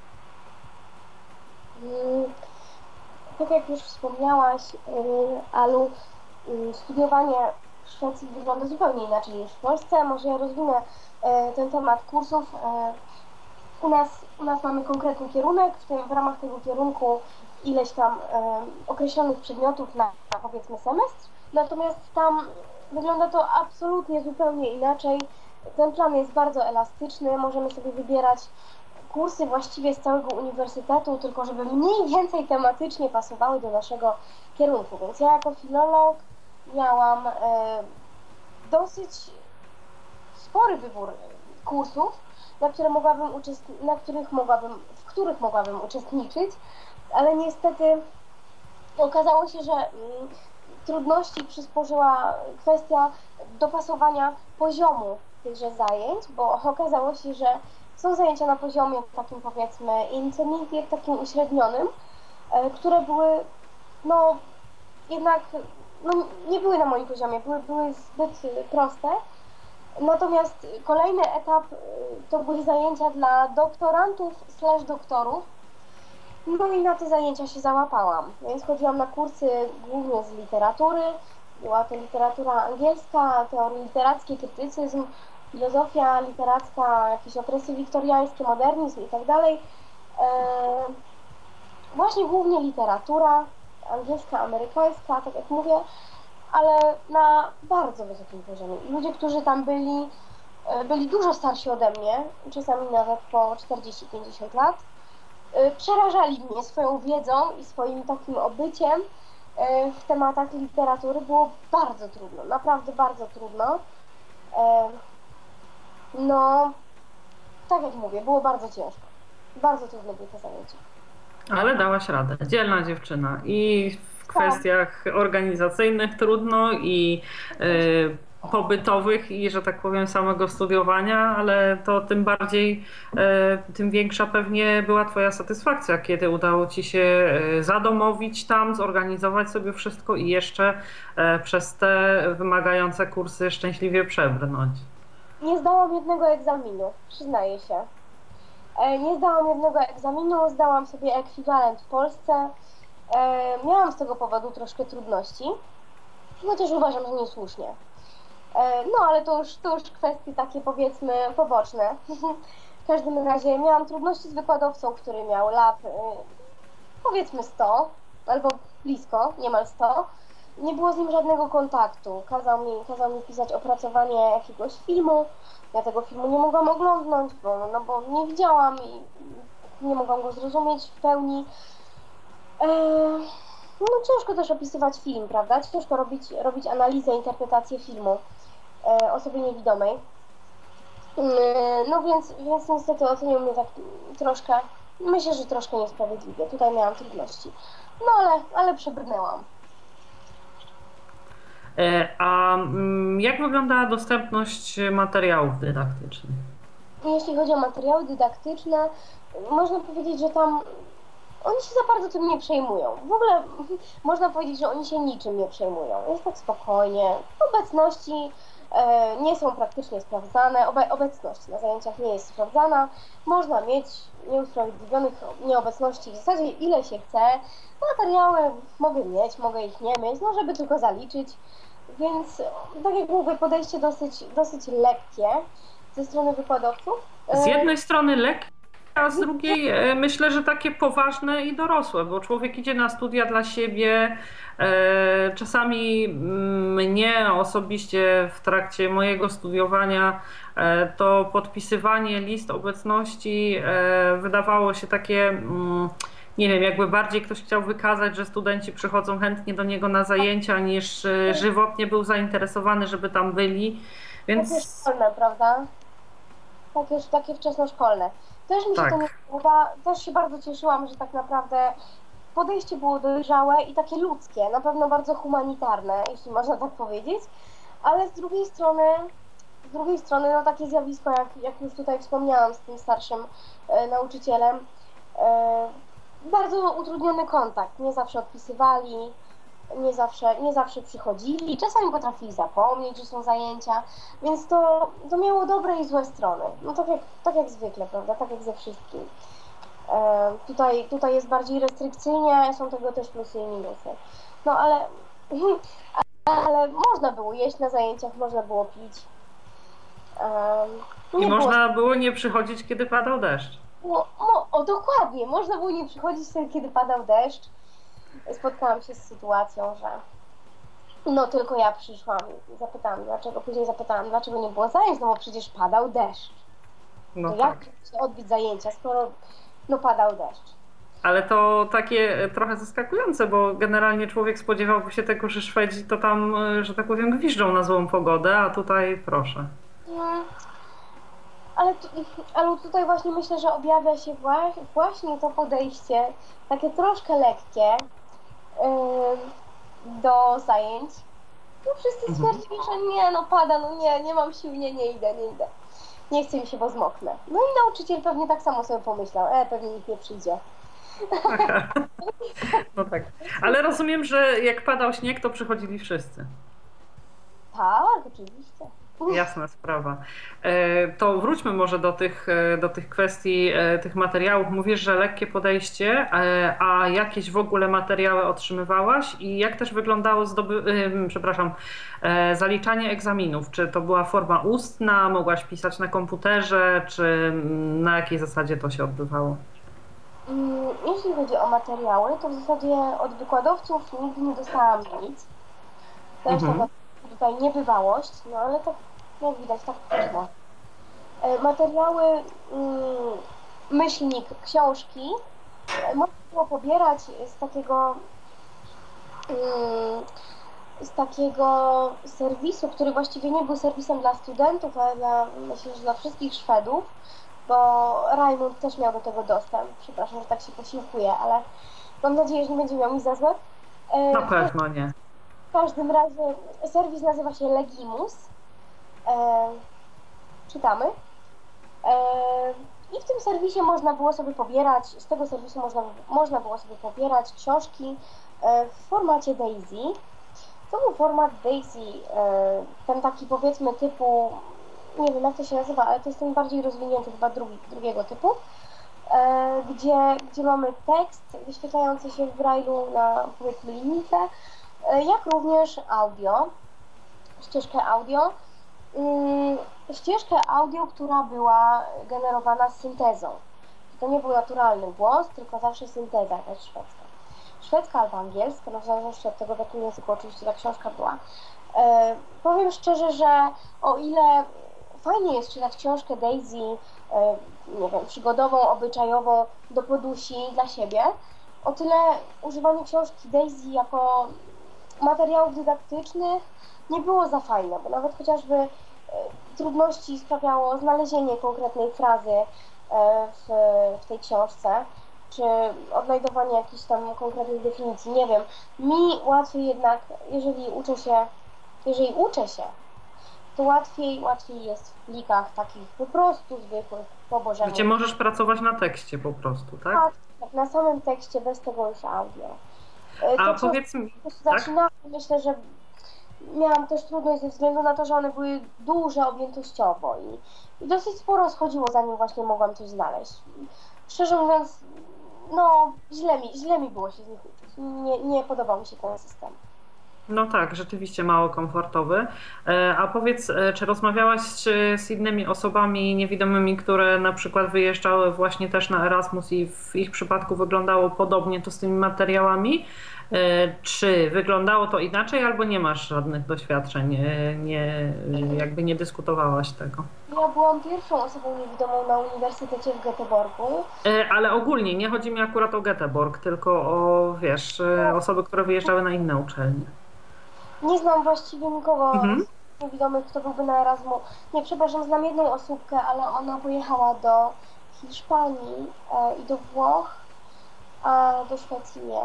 C: Tak jak już wspomniałaś, Alu, studiowanie w Szwecji wygląda zupełnie inaczej niż w Polsce. Może ja rozwinę ten temat kursów. u nas, u nas mamy konkretny kierunek, w, tym, w ramach tego kierunku ileś tam e, określonych przedmiotów na, na powiedzmy semestr, natomiast tam wygląda to absolutnie zupełnie inaczej. Ten plan jest bardzo elastyczny, możemy sobie wybierać kursy właściwie z całego uniwersytetu, tylko żeby mniej więcej tematycznie pasowały do naszego kierunku. Więc ja jako filolog miałam e, dosyć spory wybór kursów, na, które mogłabym uczestni- na których mogłabym, w których mogłabym uczestniczyć, ale niestety okazało się, że mm, trudności przysporzyła kwestia dopasowania poziomu tychże zajęć, bo okazało się, że są zajęcia na poziomie takim powiedzmy intermediate, takim uśrednionym, e, które były no jednak no, nie były na moim poziomie, były, były zbyt proste. Natomiast kolejny etap e, to były zajęcia dla doktorantów slash doktorów. No i na te zajęcia się załapałam, więc chodziłam na kursy głównie z literatury. Była to literatura angielska, teorie literackie, krytycyzm, filozofia literacka, jakieś okresy wiktoriańskie, modernizm i tak dalej. Właśnie głównie literatura angielska, amerykańska, tak jak mówię, ale na bardzo wysokim poziomie. I ludzie, którzy tam byli, byli dużo starsi ode mnie, czasami nawet po czterdzieści pięćdziesiąt lat. Przerażali mnie swoją wiedzą i swoim takim obyciem w tematach literatury. Było bardzo trudno, naprawdę bardzo trudno. No, tak jak mówię, było bardzo ciężko. Bardzo trudne były te zajęcia.
B: Ale dałaś radę. Dzielna dziewczyna. I w kwestiach organizacyjnych trudno i y, pobytowych i, że tak powiem, samego studiowania, ale to tym bardziej, y, tym większa pewnie była twoja satysfakcja, kiedy udało ci się y, zadomowić tam, zorganizować sobie wszystko i jeszcze y, przez te wymagające kursy szczęśliwie przebrnąć.
C: Nie zdałam jednego egzaminu, przyznaję się. Nie zdałam jednego egzaminu, zdałam sobie ekwiwalent w Polsce. Miałam z tego powodu troszkę trudności, chociaż uważam, że niesłusznie. No ale to już, to już kwestie takie powiedzmy poboczne. W każdym razie miałam trudności z wykładowcą, który miał lab powiedzmy sto, albo blisko, niemal sto. Nie było z nim żadnego kontaktu. Kazał mi, kazał mi pisać opracowanie jakiegoś filmu. Ja tego filmu nie mogłam oglądnąć, bo, no bo nie widziałam i nie mogłam go zrozumieć w pełni. Eee, no ciężko też opisywać film, prawda? Ciężko robić, robić analizę, interpretację filmu e, osobie niewidomej. E, no więc, więc niestety ocenił mnie tak troszkę, myślę, że troszkę niesprawiedliwie. Tutaj miałam trudności. No ale, ale przebrnęłam.
B: A jak wygląda dostępność materiałów dydaktycznych?
C: Jeśli chodzi o materiały dydaktyczne, można powiedzieć, że tam oni się za bardzo tym nie przejmują. W ogóle można powiedzieć, że oni się niczym nie przejmują. Jest tak spokojnie. Obecności e, nie są praktycznie sprawdzane. Obe, obecność na zajęciach nie jest sprawdzana. Można mieć nieusprawiedliwionych nieobecności w zasadzie ile się chce. Materiały mogę mieć, mogę ich nie mieć, no żeby tylko zaliczyć. Więc tak jak mówię, podejście dosyć, dosyć lekkie ze strony wykładowców.
B: Z jednej strony lekkie, a z drugiej myślę, że takie poważne i dorosłe, bo człowiek idzie na studia dla siebie. Czasami mnie osobiście w trakcie mojego studiowania to podpisywanie list obecności wydawało się takie, nie wiem, jakby bardziej ktoś chciał wykazać, że studenci przychodzą chętnie do niego na zajęcia, niż żywotnie był zainteresowany, żeby tam byli. Więc...
C: Takie szkolne, prawda? Takie, takie wczesnoszkolne. Też mi się
B: tak.
C: to nie podoba, też się bardzo cieszyłam, że tak naprawdę podejście było dojrzałe i takie ludzkie, na pewno bardzo humanitarne, jeśli można tak powiedzieć, ale z drugiej strony, z drugiej strony no takie zjawisko, jak, jak już tutaj wspomniałam z tym starszym e, nauczycielem, e, bardzo utrudniony kontakt, nie zawsze odpisywali, nie zawsze, nie zawsze przychodzili, czasami potrafili zapomnieć, że są zajęcia, więc to, to miało dobre i złe strony, no tak jak, tak jak zwykle, prawda, tak jak ze wszystkim. E, tutaj, tutaj jest bardziej restrykcyjnie, są tego też plusy i minusy, no ale, ale można było jeść na zajęciach, można było pić. E,
B: I można było nie przychodzić, kiedy padał deszcz.
C: No, no, o dokładnie, można było nie przychodzić wtedy, kiedy padał deszcz. Spotkałam się z sytuacją, że no tylko ja przyszłam i zapytałam dlaczego, później zapytałam dlaczego nie było zajęć, no bo przecież padał deszcz.
B: No
C: To
B: tak.
C: jak się odbyć zajęcia, skoro no padał deszcz?
B: Ale to takie trochę zaskakujące, bo generalnie człowiek spodziewałby się tego, że Szwedzi to tam, że tak powiem, gwiżdżą na złą pogodę, a tutaj proszę.
C: Mm, ale, tu, ale tutaj właśnie myślę, że objawia się właśnie, właśnie to podejście takie troszkę lekkie yy, do zajęć. No wszyscy stwierdzili, że nie, no pada, no nie, nie mam sił, nie, nie idę, nie idę. Nie chcę mi się, bo zmoknę. No i nauczyciel pewnie tak samo sobie pomyślał, e, pewnie nikt nie przyjdzie.
B: No tak. Ale rozumiem, że jak padał śnieg, to przychodzili wszyscy.
C: Tak, oczywiście.
B: Jasna sprawa. To wróćmy może do tych, do tych kwestii, tych materiałów. Mówisz, że lekkie podejście, a jakieś w ogóle materiały otrzymywałaś i jak też wyglądało zdoby... przepraszam, zaliczanie egzaminów? Czy to była forma ustna, mogłaś pisać na komputerze, czy na jakiej zasadzie to się odbywało?
C: Jeśli chodzi o materiały, to w zasadzie od wykładowców nigdy nie dostałam nic. Też
B: Mhm.
C: taka tutaj niebywałość, no ale tak jak widać, tak wyszło. Materiały, myślnik, książki można było pobierać z takiego z takiego serwisu, który właściwie nie był serwisem dla studentów, ale dla, myślę, że dla wszystkich Szwedów, bo Rajmund też miał do tego dostęp. Przepraszam, że tak się posiłkuję, ale mam nadzieję, że nie będzie miał mi za złe.
B: Na pewno nie.
C: W każdym razie serwis nazywa się Legimus. E, czytamy. E, I w tym serwisie można było sobie pobierać, z tego serwisu można, można było sobie pobierać książki e, w formacie Daisy. To był format Daisy, e, ten taki powiedzmy typu, nie wiem jak to się nazywa, ale to jest ten bardziej rozwinięty, chyba drugi, drugiego typu, e, gdzie, gdzie mamy tekst wyświetlający się w Braille'u na powiedzmy linijce, jak również audio, ścieżkę audio, ścieżkę audio, która była generowana syntezą. To nie był naturalny głos, tylko zawsze synteza jakaś szwedzka. Szwedzka albo angielska, no w zależności od tego, w jakim języku oczywiście ta książka była. E, powiem szczerze, że o ile fajnie jest czytać książkę Daisy, e, nie wiem, przygodową, obyczajową, do podusi dla siebie, o tyle używanie książki Daisy jako materiałów dydaktycznych nie było za fajne, bo nawet chociażby e, trudności sprawiało znalezienie konkretnej frazy e, w, w tej książce, czy odnajdowanie jakichś tam konkretnych definicji, nie wiem. Mi łatwiej jednak, jeżeli uczę się, jeżeli uczę się, to łatwiej, łatwiej jest w plikach takich po prostu zwykłych, po bożemu.
B: Gdzie możesz pracować na tekście po prostu, tak?
C: Tak, tak, na samym tekście, bez tego już audio. E,
B: A
C: te
B: powiedz mi,
C: książki
B: tak?
C: zaczynałam, myślę, że miałam też trudność ze względu na to, że one były duże objętościowo i, i dosyć sporo schodziło, zanim właśnie mogłam coś znaleźć. Szczerze mówiąc, no źle mi, źle mi było się z nich uczyć. Nie, nie podobał mi się ten system.
B: No tak, rzeczywiście mało komfortowy. A powiedz, czy rozmawiałaś z innymi osobami niewidomymi, które na przykład wyjeżdżały właśnie też na Erasmus i w ich przypadku wyglądało podobnie to z tymi materiałami? Czy wyglądało to inaczej, albo nie masz żadnych doświadczeń, nie, jakby nie dyskutowałaś tego?
C: Ja byłam pierwszą osobą niewidomą na uniwersytecie w Göteborgu.
B: Ale ogólnie, nie chodzi mi akurat o Göteborg, tylko o, wiesz, osoby, które wyjeżdżały na inne uczelnie.
C: Nie znam właściwie nikogo
B: Mhm.
C: z niewidomych, kto byłby na Erasmu. Nie, przepraszam, znam jedną osóbkę, ale ona pojechała do Hiszpanii e, i do Włoch, a do Szwecji nie.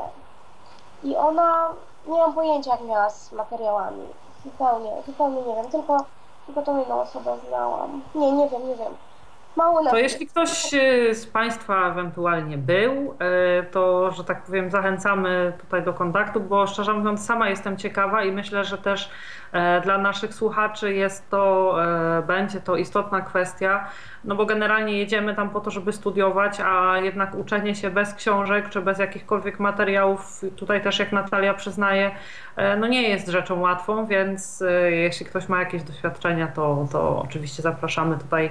C: I ona, nie mam pojęcia jak miała z materiałami. Zupełnie, zupełnie nie wiem, tylko, tylko tą jedną osobę znałam. Nie, nie wiem, nie wiem. Mało na
B: To jeśli ktoś z Państwa ewentualnie był, to, że tak powiem, zachęcamy tutaj do kontaktu, bo szczerze mówiąc sama jestem ciekawa i myślę, że też dla naszych słuchaczy jest to, będzie to istotna kwestia, no bo generalnie jedziemy tam po to, żeby studiować, a jednak uczenie się bez książek czy bez jakichkolwiek materiałów, tutaj też jak Natalia przyznaje, no nie jest rzeczą łatwą, więc jeśli ktoś ma jakieś doświadczenia, to, to oczywiście zapraszamy tutaj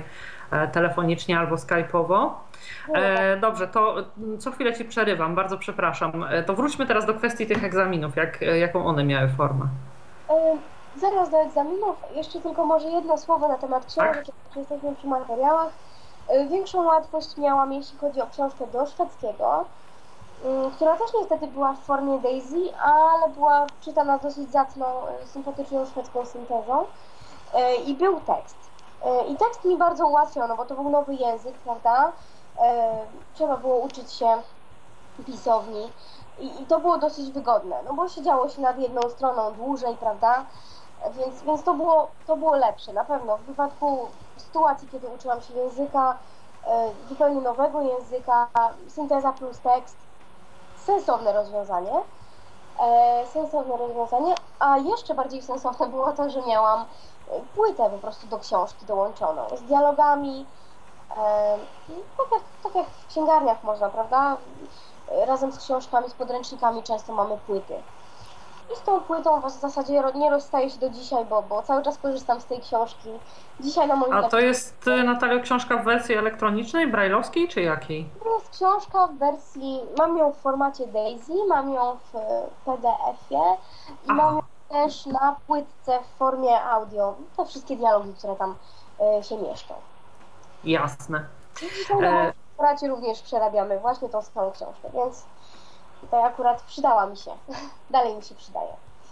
B: telefonicznie albo skype'owo. Dobrze, to co chwilę Ci przerywam, bardzo przepraszam. To wróćmy teraz do kwestii tych egzaminów, jak, jaką one miały formę.
C: Zaraz do egzaminów, jeszcze tylko może jedno słowo na temat książek, tak? Jak jesteśmy przy materiałach. Większą łatwość miałam, jeśli chodzi o książkę do szwedzkiego, która też niestety była w formie Daisy, ale była czytana dosyć zacną, sympatyczną szwedzką syntezą i był tekst. I tekst mi bardzo ułatwiał, no bo to był nowy język, prawda? Trzeba było uczyć się pisowni i, i to było dosyć wygodne, no bo siedziało się nad jedną stroną dłużej, prawda? Więc, więc to, było, to było lepsze, na pewno. W wypadku sytuacji, kiedy uczyłam się języka, zupełnie nowego języka, synteza plus tekst, sensowne rozwiązanie. E, sensowne rozwiązanie, a jeszcze bardziej sensowne było to, że miałam płytę po prostu do książki dołączoną z dialogami, e, tak, jak, tak jak w księgarniach można, prawda? Razem z książkami, z podręcznikami często mamy płyty. I z tą płytą w zasadzie nie rozstaję się do dzisiaj, bo, bo cały czas korzystam z tej książki. Dzisiaj na moim
B: A to jest, Natalio, książka w wersji elektronicznej, brajlowskiej czy jakiej?
C: To jest książka w wersji, mam ją w formacie Daisy, mam ją w P D F-ie i Aha. mam ją też na płytce w formie audio. Te wszystkie dialogi, które tam y, się mieszczą.
B: Jasne.
C: I dzisiaj na moim formacie również przerabiamy właśnie tą samą książkę, więc tutaj akurat przydała mi się. Dalej mi się przydaje.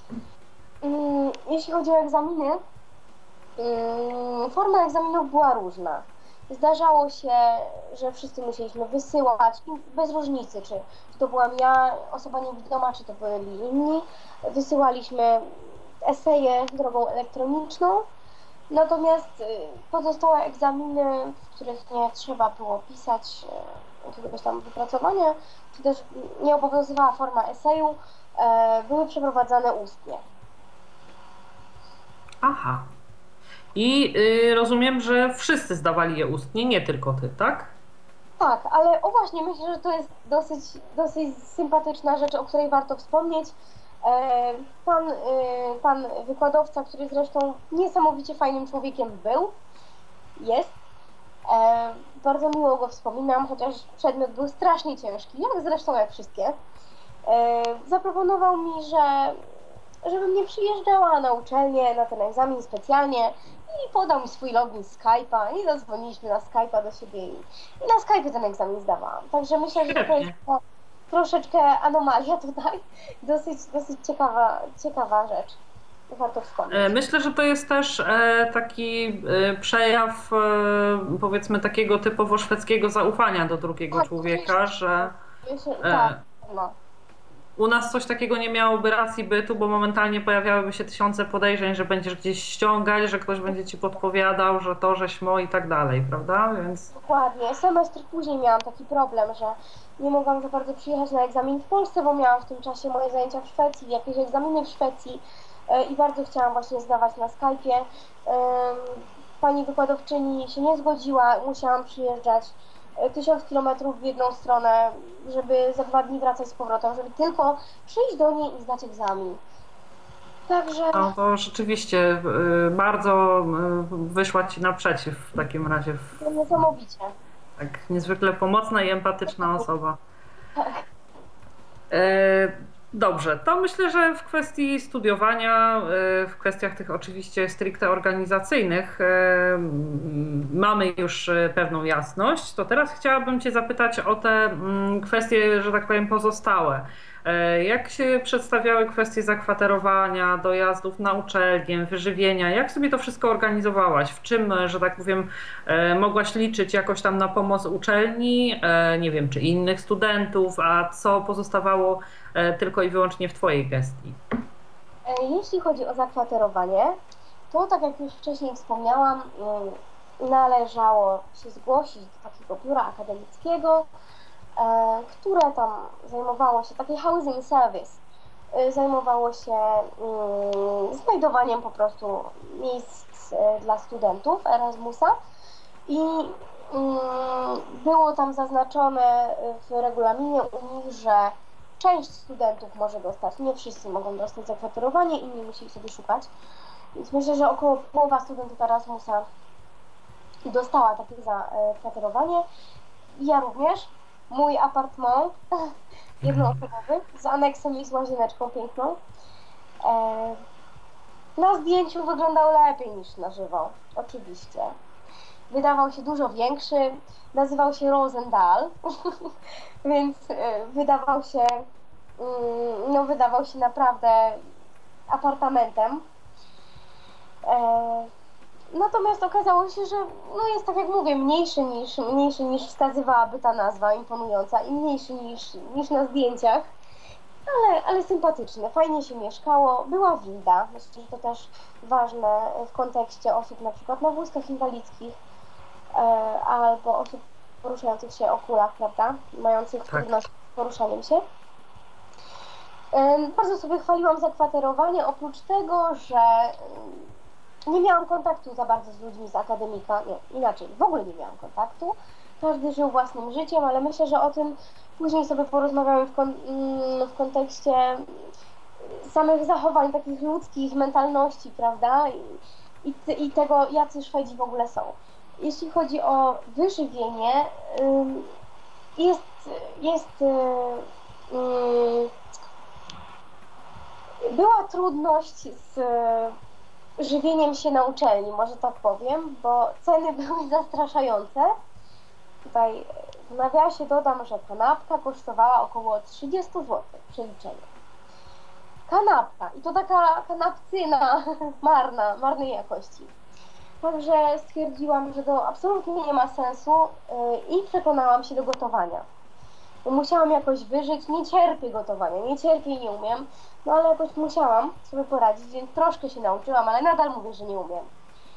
C: Jeśli chodzi o egzaminy, forma egzaminów była różna. Zdarzało się, że wszyscy musieliśmy wysyłać, bez różnicy, czy, czy to byłam ja, osoba niewidoma, czy to byli inni. Wysyłaliśmy eseje drogą elektroniczną, natomiast pozostałe egzaminy, w których nie trzeba było pisać jakiegoś tam wypracowania, czy też nie obowiązywała forma eseju, były przeprowadzane ustnie.
B: Aha. I y, rozumiem, że wszyscy zdawali je ustnie, nie tylko Ty, tak?
C: Tak, ale o właśnie, myślę, że to jest dosyć, dosyć sympatyczna rzecz, o której warto wspomnieć. Pan, pan wykładowca, który zresztą niesamowicie fajnym człowiekiem był, jest, bardzo miło go wspominam, chociaż przedmiot był strasznie ciężki, jak zresztą jak wszystkie. Zaproponował mi, że żebym nie przyjeżdżała na uczelnię, na ten egzamin specjalnie i podał mi swój login z Skype'a i zadzwoniliśmy na Skype'a do siebie i, i na Skype'ie ten egzamin zdawałam. Także myślę, że to jest to troszeczkę anomalia tutaj, dosyć, dosyć ciekawa, ciekawa rzecz. Warto wspomnieć.
B: Myślę, że to jest też taki przejaw, powiedzmy, takiego typowo szwedzkiego zaufania do drugiego tak, człowieka, że
C: się, tak, no.
B: U nas coś takiego nie miałoby racji bytu, bo momentalnie pojawiałyby się tysiące podejrzeń, że będziesz gdzieś ściągać, że ktoś będzie ci podpowiadał, że to, że śmo i tak dalej, prawda? Więc...
C: Dokładnie. Semestr później miałam taki problem, że nie mogłam za bardzo przyjechać na egzamin w Polsce, bo miałam w tym czasie moje zajęcia w Szwecji, jakieś egzaminy w Szwecji i bardzo chciałam właśnie zdawać na Skype'ie. Pani wykładowczyni się nie zgodziła, musiałam przyjeżdżać tysiąc kilometrów w jedną stronę, żeby za dwa dni wracać z powrotem, żeby tylko przyjść do niej i zdać egzamin. Także...
B: No to rzeczywiście bardzo wyszła Ci naprzeciw w takim razie.
C: To niesamowicie.
B: Tak, niezwykle pomocna i empatyczna osoba.
C: Tak.
B: Dobrze, to myślę, że w kwestii studiowania, w kwestiach tych oczywiście stricte organizacyjnych mamy już pewną jasność. To teraz chciałabym Cię zapytać o te kwestie, że tak powiem, pozostałe. Jak się przedstawiały kwestie zakwaterowania, dojazdów na uczelnię, wyżywienia? Jak sobie to wszystko organizowałaś? W czym, że tak powiem, mogłaś liczyć jakoś tam na pomoc uczelni, nie wiem, czy innych studentów, a co pozostawało tylko i wyłącznie w Twojej gestii?
C: Jeśli chodzi o zakwaterowanie, to tak jak już wcześniej wspomniałam, należało się zgłosić do takiego biura akademickiego, które tam zajmowało się, taki housing service, zajmowało się znajdowaniem po prostu miejsc dla studentów Erasmusa i było tam zaznaczone w regulaminie u nich, że część studentów może dostać, nie wszyscy mogą dostać zakwaterowanie, inni musieli sobie szukać. Więc myślę, że około połowa studentów Erasmusa dostała takie zakwaterowanie. Ja również. Mój apartment jednoosobowy z aneksem i z łazieneczką piękną. Na zdjęciu wyglądał lepiej niż na żywo, oczywiście. Wydawał się dużo większy, nazywał się Rosendahl, więc wydawał się, no wydawał się naprawdę apartamentem. Natomiast okazało się, że no jest, tak jak mówię, mniejszy niż, mniejszy niż wskazywałaby ta nazwa imponująca i mniejszy niż, niż na zdjęciach, ale, ale sympatyczny, fajnie się mieszkało, była winda, myślę, że to też ważne w kontekście osób na przykład na wózkach inwalidzkich e, albo osób poruszających się o kulach, prawda, mających
B: Tak.
C: trudności z poruszaniem się. E, bardzo sobie chwaliłam zakwaterowanie, oprócz tego, że nie miałam kontaktu za bardzo z ludźmi z akademika, nie, inaczej, w ogóle nie miałam kontaktu. Każdy żył własnym życiem, ale myślę, że o tym później sobie porozmawiamy w, kon w kontekście samych zachowań takich ludzkich, mentalności, prawda? I, i, i tego, jacy Szwedzi w ogóle są. Jeśli chodzi o wyżywienie, jest, jest była trudność z żywieniem się na uczelni, może tak powiem, bo ceny były zastraszające. Tutaj w nawiasie dodam, że kanapka kosztowała około trzydzieści złotych w przeliczeniu. Kanapka i to taka kanapcyna marna, marnej jakości. Także stwierdziłam, że to absolutnie nie ma sensu i przekonałam się do gotowania. Bo musiałam jakoś wyżyć, nie cierpię gotowania, nie cierpię i nie umiem, no ale jakoś musiałam sobie poradzić, więc troszkę się nauczyłam, ale nadal mówię, że nie umiem.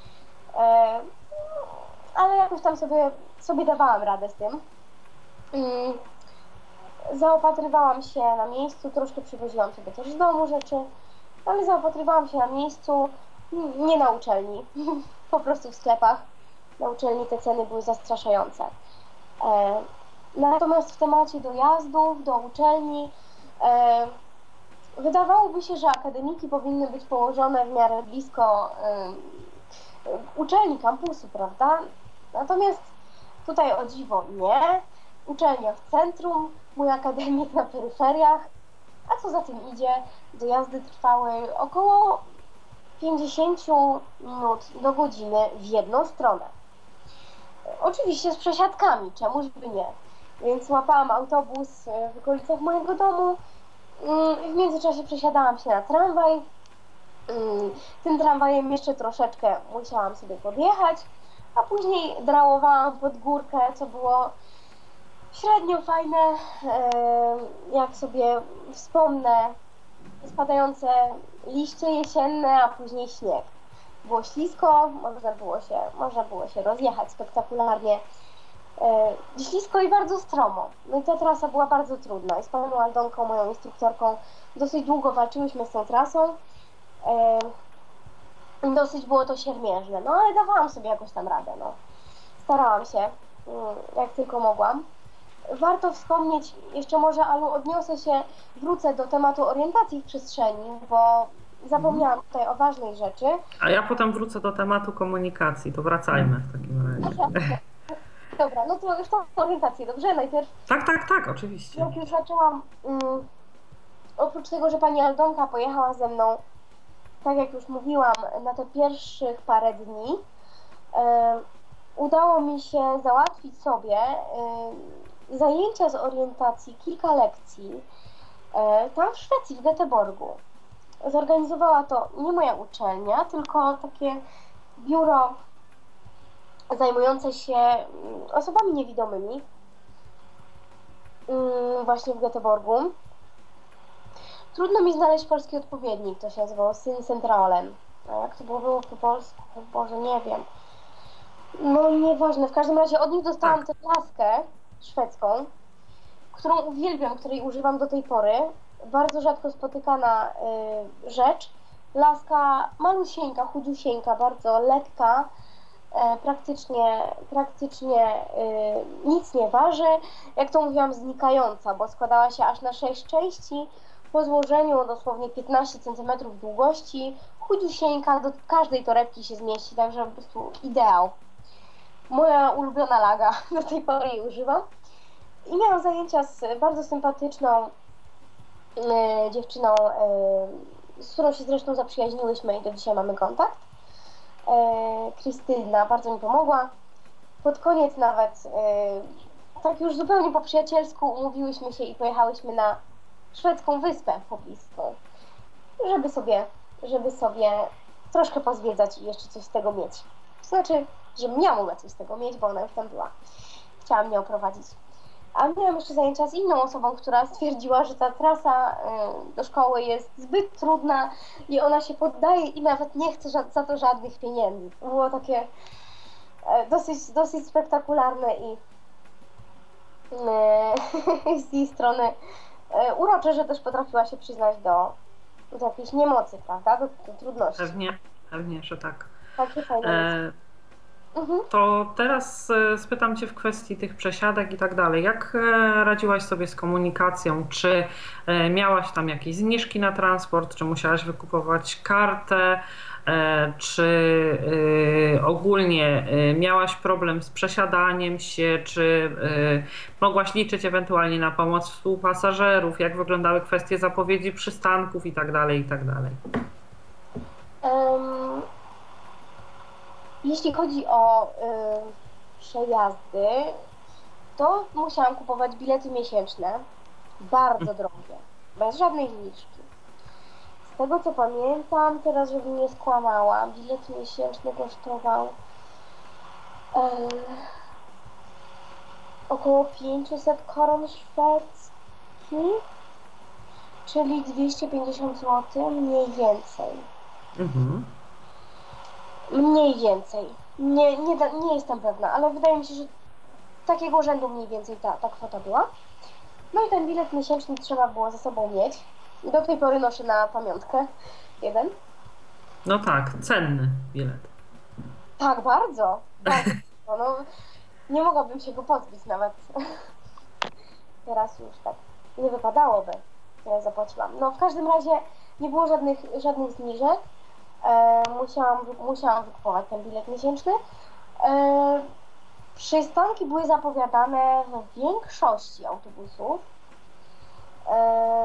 C: E, ale jakoś tam sobie, sobie dawałam radę z tym. Mm. Zaopatrywałam się na miejscu, troszkę przywoziłam sobie też z domu rzeczy, ale zaopatrywałam się na miejscu, nie na uczelni, po prostu w sklepach. Na uczelni te ceny były zastraszające. E, natomiast w temacie dojazdów do uczelni e, wydawałoby się, że akademiki powinny być położone w miarę blisko y, uczelni, kampusu, prawda? Natomiast tutaj o dziwo nie. Uczelnia w centrum, mój akademik na peryferiach, a co za tym idzie, dojazdy trwały około pięćdziesiąt minut do godziny w jedną stronę. Oczywiście z przesiadkami, czemuż by nie. Więc łapałam autobus w okolicach mojego domu. W międzyczasie przesiadałam się na tramwaj. Tym tramwajem jeszcze troszeczkę musiałam sobie podjechać, a później drałowałam pod górkę, co było średnio fajne, jak sobie wspomnę, spadające liście jesienne, a później śnieg. Było ślisko, można było się, można było się rozjechać spektakularnie. Ślisko i bardzo stromo. No i ta trasa była bardzo trudna. I z panią Aldonką, moją instruktorką, dosyć długo walczyłyśmy z tą trasą. Dosyć było to siermiężne, no ale dawałam sobie jakoś tam radę. No. Starałam się, jak tylko mogłam. Warto wspomnieć, jeszcze może, Alu, odniosę się, wrócę do tematu orientacji w przestrzeni, bo zapomniałam tutaj o ważnej rzeczy.
B: A ja potem wrócę do tematu komunikacji, to wracajmy w takim razie.
C: Dobra, no to już tą orientację, dobrze? Najpierw...
B: Tak, tak, tak, oczywiście.
C: Jak już zaczęłam, um, oprócz tego, że pani Aldonka pojechała ze mną, tak jak już mówiłam, na te pierwszych parę dni, um, udało mi się załatwić sobie um, zajęcia z orientacji, kilka lekcji um, tam w Szwecji, w Göteborgu. Zorganizowała to nie moja uczelnia, tylko takie biuro zajmujące się osobami niewidomymi właśnie w Göteborgu. Trudno mi znaleźć polski odpowiednik, to się nazywało Syncentralen. A jak to było po polsku? Boże, nie wiem. No nieważne, w każdym razie od nich dostałam tę laskę szwedzką, którą uwielbiam, której używam do tej pory. Bardzo rzadko spotykana y, rzecz. Laska malusieńka, chudziusieńka, bardzo lekka. E, praktycznie, praktycznie y, nic nie waży, jak to mówiłam, znikająca, bo składała się aż na sześć części, po złożeniu dosłownie piętnaście centymetrów długości, chudziusieńka, do każdej torebki się zmieści, także po prostu ideał. moja ulubiona laga, do tej pory jej używam. I miałam zajęcia z bardzo sympatyczną y, dziewczyną, y, z którą się zresztą zaprzyjaźniłyśmy i do dzisiaj mamy kontakt. Y, Krystyna bardzo mi pomogła. Pod koniec nawet, y, tak już zupełnie po przyjacielsku, umówiłyśmy się i pojechałyśmy na szwedzką wyspę pobliską, żeby sobie, żeby sobie troszkę pozwiedzać i jeszcze coś z tego mieć. To znaczy, żebym ja mogła coś z tego mieć, bo ona już tam była. Chciała mnie oprowadzić. A miałam jeszcze zajęcia z inną osobą, która stwierdziła, że ta trasa y, do szkoły jest zbyt trudna i ona się poddaje i nawet nie chce za, za to żadnych pieniędzy. To było takie y, dosyć, dosyć spektakularne i y, z jej strony y, urocze, że też potrafiła się przyznać do, do jakiejś niemocy, prawda, do, do trudności.
B: Pewnie, pewnie, że tak.
C: Takie fajne
B: E,
C: mhm.
B: To teraz e, spytam Cię w kwestii tych przesiadek i tak dalej. Jak e, radziłaś sobie z komunikacją? Czy e, miałaś tam jakieś zniżki na transport? Czy musiałaś wykupować kartę? E, czy e, ogólnie e, miałaś problem z przesiadaniem się? Czy e, mogłaś liczyć ewentualnie na pomoc współpasażerów? Jak wyglądały kwestie zapowiedzi przystanków i tak dalej, i tak dalej?
C: Um, jeśli chodzi o y, przejazdy, to musiałam kupować bilety miesięczne, bardzo drogie, bez żadnej zniżki. Z tego co pamiętam, teraz żebym nie skłamała, bilet miesięczny kosztował y, około pięćset koron szwedzkich, czyli dwieście pięćdziesiąt złotych mniej więcej.
B: Mhm.
C: Mniej więcej. Nie, nie, nie jestem pewna, ale wydaje mi się, że takiego rzędu mniej więcej ta, ta kwota była. No i ten bilet miesięczny trzeba było ze sobą mieć. I do tej pory noszę na pamiątkę jeden.
B: No tak, cenny bilet.
C: Tak, bardzo. bardzo. No, nie mogłabym się go pozbyć nawet. Teraz już tak nie wypadałoby, tyle zapłaciłam. No w każdym razie nie było żadnych, żadnych zniżek. E, musiałam, musiałam wykupować ten bilet miesięczny. E, przystanki były zapowiadane w większości autobusów. E,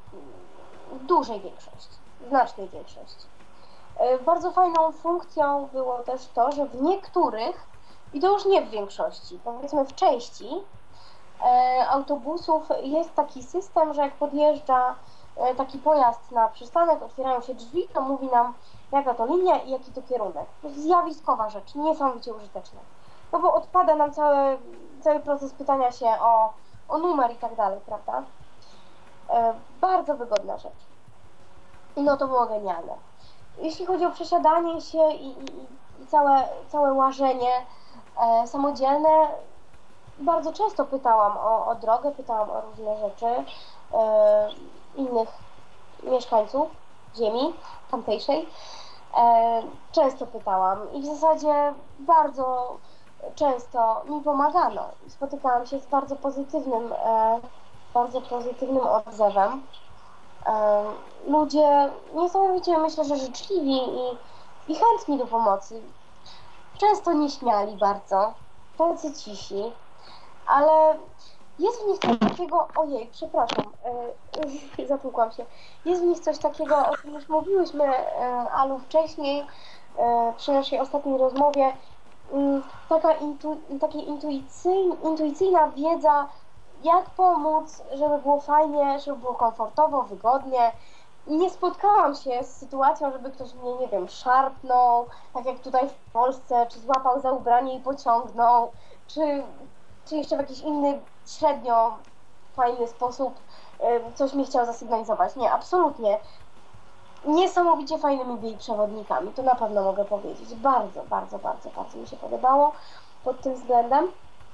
C: w dużej większości, w znacznej większości. E, bardzo fajną funkcją było też to, że w niektórych, i to już nie w większości, powiedzmy w części e, autobusów jest taki system, że jak podjeżdża e, taki pojazd na przystanek, otwierają się drzwi, to mówi nam, jaka to linia i jaki to kierunek. To jest zjawiskowa rzecz, niesamowicie użyteczna. No bo odpada nam cały, cały proces pytania się o, o numer i tak dalej, prawda? E, bardzo wygodna rzecz. No to było genialne. Jeśli chodzi o przesiadanie się i, i, i całe, całe łażenie e, samodzielne, bardzo często pytałam o, o drogę, pytałam o różne rzeczy e, innych mieszkańców ziemi tamtejszej. E, często pytałam i w zasadzie bardzo często mi pomagano. Spotykałam się z bardzo pozytywnym, e, bardzo pozytywnym odzewem. E, ludzie niesamowicie, myślę, że życzliwi i, i chętni do pomocy. Często nieśmiali bardzo, tacy cisi, ale jest w nich coś takiego, ojej, przepraszam, yy, zatłukłam się. Jest w nich coś takiego, o czym już mówiłyśmy, yy, Alu, wcześniej, yy, przy naszej ostatniej rozmowie, yy, taka intu, taka intuicyjna, intuicyjna wiedza, jak pomóc, żeby było fajnie, żeby było komfortowo, wygodnie. Nie spotkałam się z sytuacją, żeby ktoś mnie, nie wiem, szarpnął, tak jak tutaj w Polsce, czy złapał za ubranie i pociągnął, czy, czy jeszcze w jakiś inny, średnio fajny sposób coś mi chciał zasygnalizować. Nie, absolutnie. Niesamowicie fajnymi byli przewodnikami, to na pewno mogę powiedzieć. Bardzo, bardzo, bardzo, bardzo mi się podobało pod tym względem.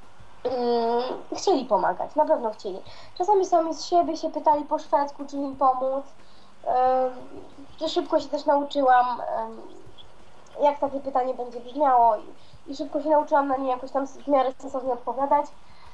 C: Yy, chcieli pomagać, na pewno chcieli. Czasami sami z siebie się pytali po szwedzku, czy im pomóc. Yy, szybko się też nauczyłam, yy, jak takie pytanie będzie brzmiało i, i szybko się nauczyłam na nie jakoś tam w miarę sensownie odpowiadać.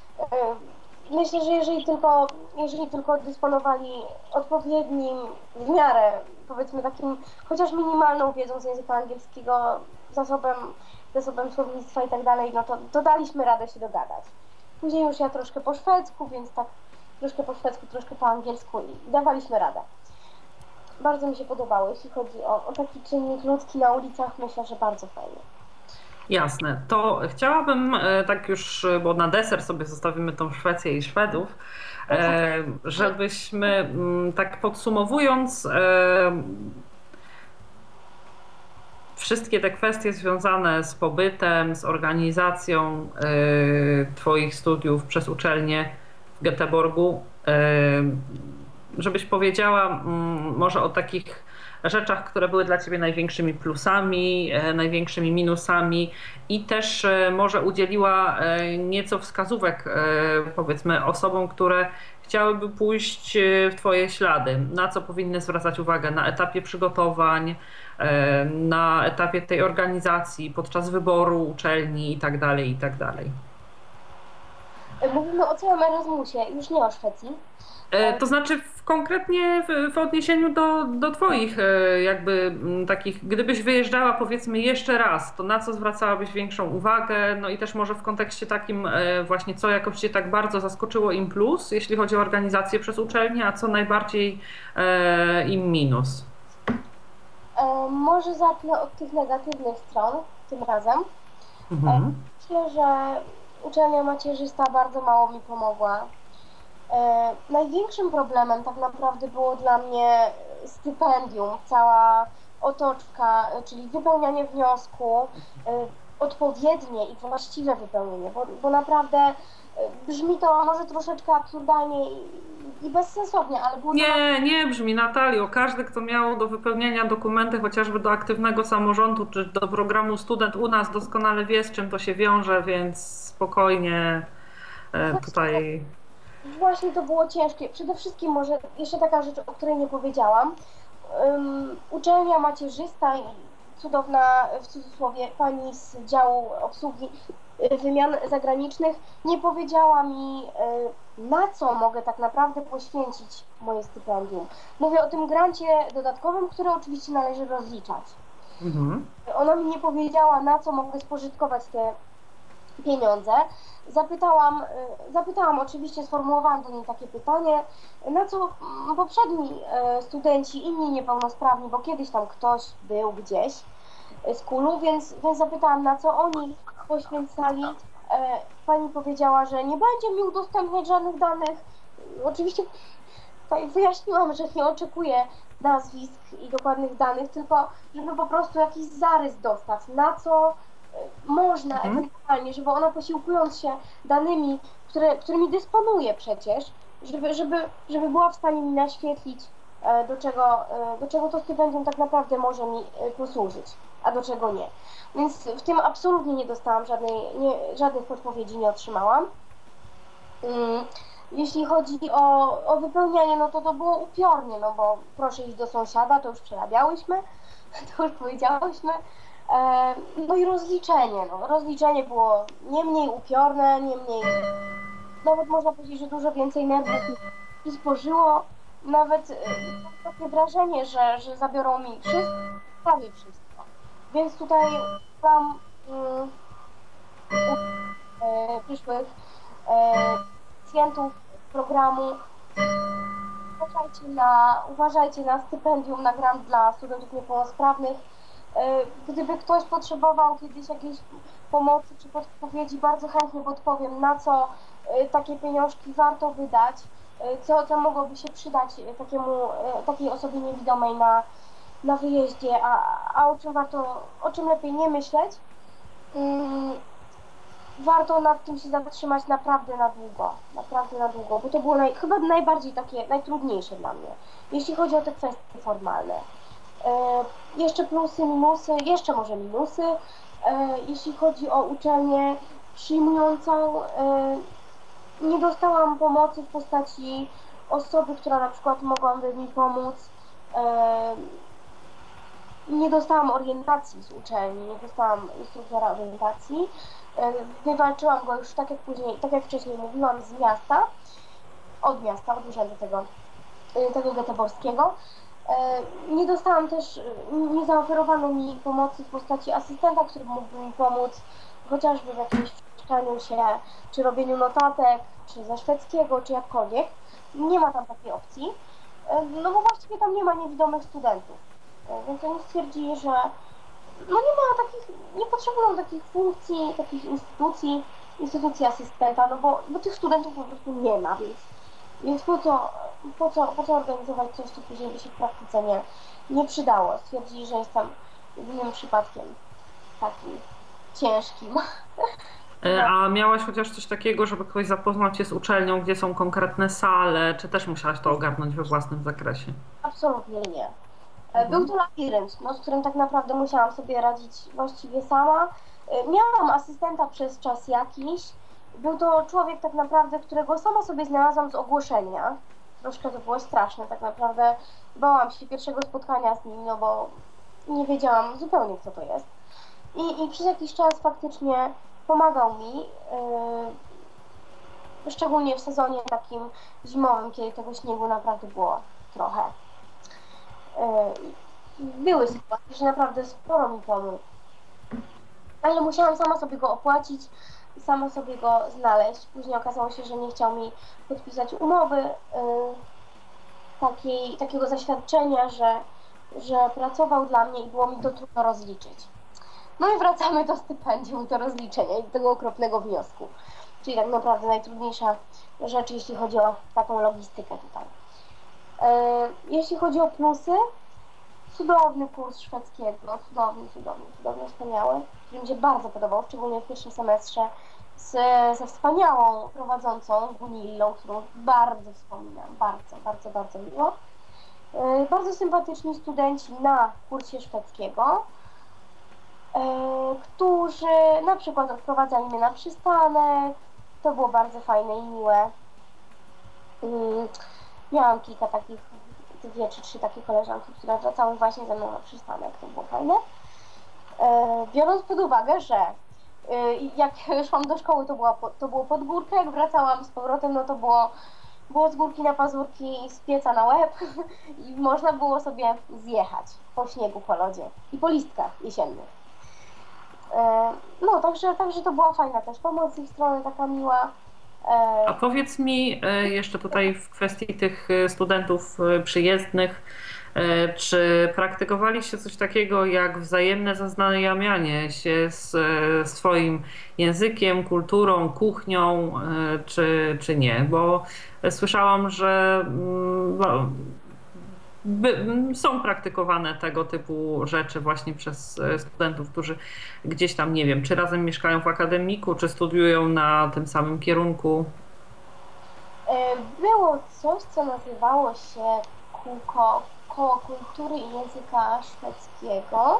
C: Yy, myślę, że jeżeli tylko, jeżeli tylko dysponowali odpowiednim, w miarę, powiedzmy takim, chociaż minimalną wiedzą z języka angielskiego, zasobem zasobem słownictwa i tak dalej, no to, to daliśmy radę się dogadać. Później już ja troszkę po szwedzku, więc tak troszkę po szwedzku, troszkę po angielsku i dawaliśmy radę. Bardzo mi się podobało, jeśli chodzi o, o taki czynnik ludzki na ulicach, myślę, że bardzo fajnie.
B: Jasne. To chciałabym tak już, bo na deser sobie zostawimy tą Szwecję i Szwedów, żebyśmy tak podsumowując wszystkie te kwestie związane z pobytem, z organizacją Twoich studiów przez uczelnię w Göteborgu, żebyś powiedziała może o takich rzeczach, które były dla Ciebie największymi plusami, największymi minusami i też może udzieliła nieco wskazówek, powiedzmy, osobom, które chciałyby pójść w Twoje ślady, na co powinny zwracać uwagę na etapie przygotowań, na etapie tej organizacji, podczas wyboru uczelni i tak dalej, i tak dalej.
C: Mówimy o całym Erasmusie, już nie o Szwecji.
B: To znaczy w, konkretnie w, w odniesieniu do, do Twoich jakby takich, gdybyś wyjeżdżała powiedzmy jeszcze raz, to na co zwracałabyś większą uwagę, no i też może w kontekście takim właśnie co jakoś Cię tak bardzo zaskoczyło im plus, jeśli chodzi o organizację przez uczelnię, a co najbardziej im minus?
C: Może zacznę od tych negatywnych stron tym razem. Mhm. Myślę, że uczelnia macierzysta bardzo mało mi pomogła. E, największym problemem tak naprawdę było dla mnie stypendium, cała otoczka, czyli wypełnianie wniosku, e, odpowiednie i właściwe wypełnienie, bo, bo naprawdę e, brzmi to może troszeczkę absurdalnie i, i bezsensownie, ale było
B: Nie,
C: to...
B: nie brzmi, Natalio. Każdy, kto miał do wypełnienia dokumenty chociażby do aktywnego samorządu czy do programu Student u nas doskonale wie, z czym to się wiąże, więc spokojnie e, tutaj...
C: Właśnie to było ciężkie. Przede wszystkim może jeszcze taka rzecz, o której nie powiedziałam. Um, uczelnia macierzysta i cudowna, w cudzysłowie, pani z działu obsługi wymian zagranicznych nie powiedziała mi, na co mogę tak naprawdę poświęcić moje stypendium. Mówię o tym grancie dodatkowym, który oczywiście należy rozliczać. Mhm. Ona mi nie powiedziała, na co mogę spożytkować te pieniądze. Zapytałam, zapytałam oczywiście, sformułowałam do niej takie pytanie, na co poprzedni studenci, inni niepełnosprawni, bo kiedyś tam ktoś był gdzieś z kulu, więc, więc zapytałam, na co oni poświęcali. Pani powiedziała, że nie będzie mi udostępniać żadnych danych. Oczywiście tutaj wyjaśniłam, że nie oczekuję nazwisk i dokładnych danych, tylko żeby po prostu jakiś zarys dostać, na co można mhm. ewentualnie, żeby ona, posiłkując się danymi, które, którymi dysponuje przecież, żeby, żeby, żeby była w stanie mi naświetlić, do czego, do czego to stypendium tak naprawdę może mi posłużyć, a do czego nie. Więc w tym absolutnie nie dostałam żadnej, nie, żadnych podpowiedzi, nie otrzymałam. Jeśli chodzi o, o wypełnianie, no to to było upiornie, no bo proszę iść do sąsiada, to już przerabiałyśmy, to już powiedziałyśmy. No i rozliczenie, no. Rozliczenie było nie mniej upiorne, nie mniej, nawet można powiedzieć, że dużo więcej nerwów mi spożyło. Nawet mam takie wrażenie, że, że zabiorą mi wszystko, prawie wszystko. Więc tutaj mam um, e, przyszłych e, pacjentów programu, uważajcie na, uważajcie na stypendium, na grant dla studentów niepełnosprawnych. Gdyby ktoś potrzebował kiedyś jakiejś pomocy czy podpowiedzi, bardzo chętnie podpowiem, na co takie pieniążki warto wydać, co, co mogłoby się przydać takiemu, takiej osobie niewidomej na, na wyjeździe, a, a o czym warto, o czym lepiej nie myśleć. Warto nad tym się zatrzymać naprawdę na długo, naprawdę na długo, bo to było naj, chyba najbardziej takie, najtrudniejsze dla mnie, jeśli chodzi o te kwestie formalne. E, jeszcze plusy, minusy, jeszcze może minusy, e, jeśli chodzi o uczelnię przyjmującą, e, nie dostałam pomocy w postaci osoby, która na przykład mogłaby mi pomóc, e, nie dostałam orientacji z uczelni, nie dostałam instruktora orientacji, e, wywalczyłam go już tak jak później, tak jak wcześniej mówiłam, z miasta, od miasta, od urzędu tego, tego göteborskiego. Nie dostałam też, nie zaoferowano mi pomocy w postaci asystenta, który mógłby mi pomóc chociażby w jakimś przemieszczaniu się, czy robieniu notatek, czy ze szwedzkiego, czy jakkolwiek. Nie ma tam takiej opcji, no bo właściwie tam nie ma niewidomych studentów. Więc oni stwierdzili, że no nie ma takich, nie potrzebują takich funkcji, takich instytucji, instytucji asystenta, no bo, bo tych studentów po prostu nie ma, więc, więc po co, po co, po co organizować coś, co później by się w praktyce nie, nie przydało. Stwierdzili, że jestem jedynym przypadkiem takim ciężkim.
B: A miałaś chociaż coś takiego, żeby ktoś zapoznał cię z uczelnią, gdzie są konkretne sale, czy też musiałaś to ogarnąć we własnym zakresie?
C: Absolutnie nie. Był to labirynt, no, z którym tak naprawdę musiałam sobie radzić właściwie sama. Miałam asystenta przez czas jakiś. Był to człowiek tak naprawdę, którego sama sobie znalazłam z ogłoszenia. Troszkę to było straszne, tak naprawdę bałam się pierwszego spotkania z nim, no bo nie wiedziałam zupełnie, kto to jest. I, i przez jakiś czas faktycznie pomagał mi, yy, szczególnie w sezonie takim zimowym, kiedy tego śniegu naprawdę było trochę. Były sytuacje, że naprawdę sporo mi pomógł, ale musiałam sama sobie go opłacić, sama sobie go znaleźć. Później okazało się, że nie chciał mi podpisać umowy, yy, takiej, takiego zaświadczenia, że, że pracował dla mnie i było mi to trudno rozliczyć. No i wracamy do stypendium i do rozliczenia i do tego okropnego wniosku. Czyli tak naprawdę najtrudniejsza rzecz, jeśli chodzi o taką logistykę tutaj. Jeśli chodzi o plusy, cudowny kurs szwedzkiego, cudowny, cudowny, cudowny, wspaniały, który mi się bardzo podobał, szczególnie w pierwszym semestrze z, ze wspaniałą prowadzącą Gunillą, którą bardzo wspominam, bardzo, bardzo, bardzo miło. Bardzo sympatyczni studenci na kursie szwedzkiego, którzy na przykład odprowadzali mnie na przystanek, to było bardzo fajne i miłe. Miałam kilka takich, dwie czy trzy takie koleżanki, które wracały właśnie ze mną na przystanek, to było fajne. Biorąc pod uwagę, że jak szłam do szkoły, to, była, to było pod górkę, jak wracałam z powrotem, no to było, było z górki na pazurki i z pieca na łeb i można było sobie zjechać po śniegu, po lodzie i po listkach jesiennych. No, także, także to była fajna też pomoc z ich strony, taka miła.
B: A powiedz mi jeszcze tutaj w kwestii tych studentów przyjezdnych, czy praktykowaliście coś takiego jak wzajemne zaznajamianie się z swoim językiem, kulturą, kuchnią, czy, czy nie? Bo słyszałam, że no, By, są praktykowane tego typu rzeczy właśnie przez studentów, którzy gdzieś tam, nie wiem, czy razem mieszkają w akademiku, czy studiują na tym samym kierunku.
C: Było coś, co nazywało się kółko, koło kultury i języka szwedzkiego.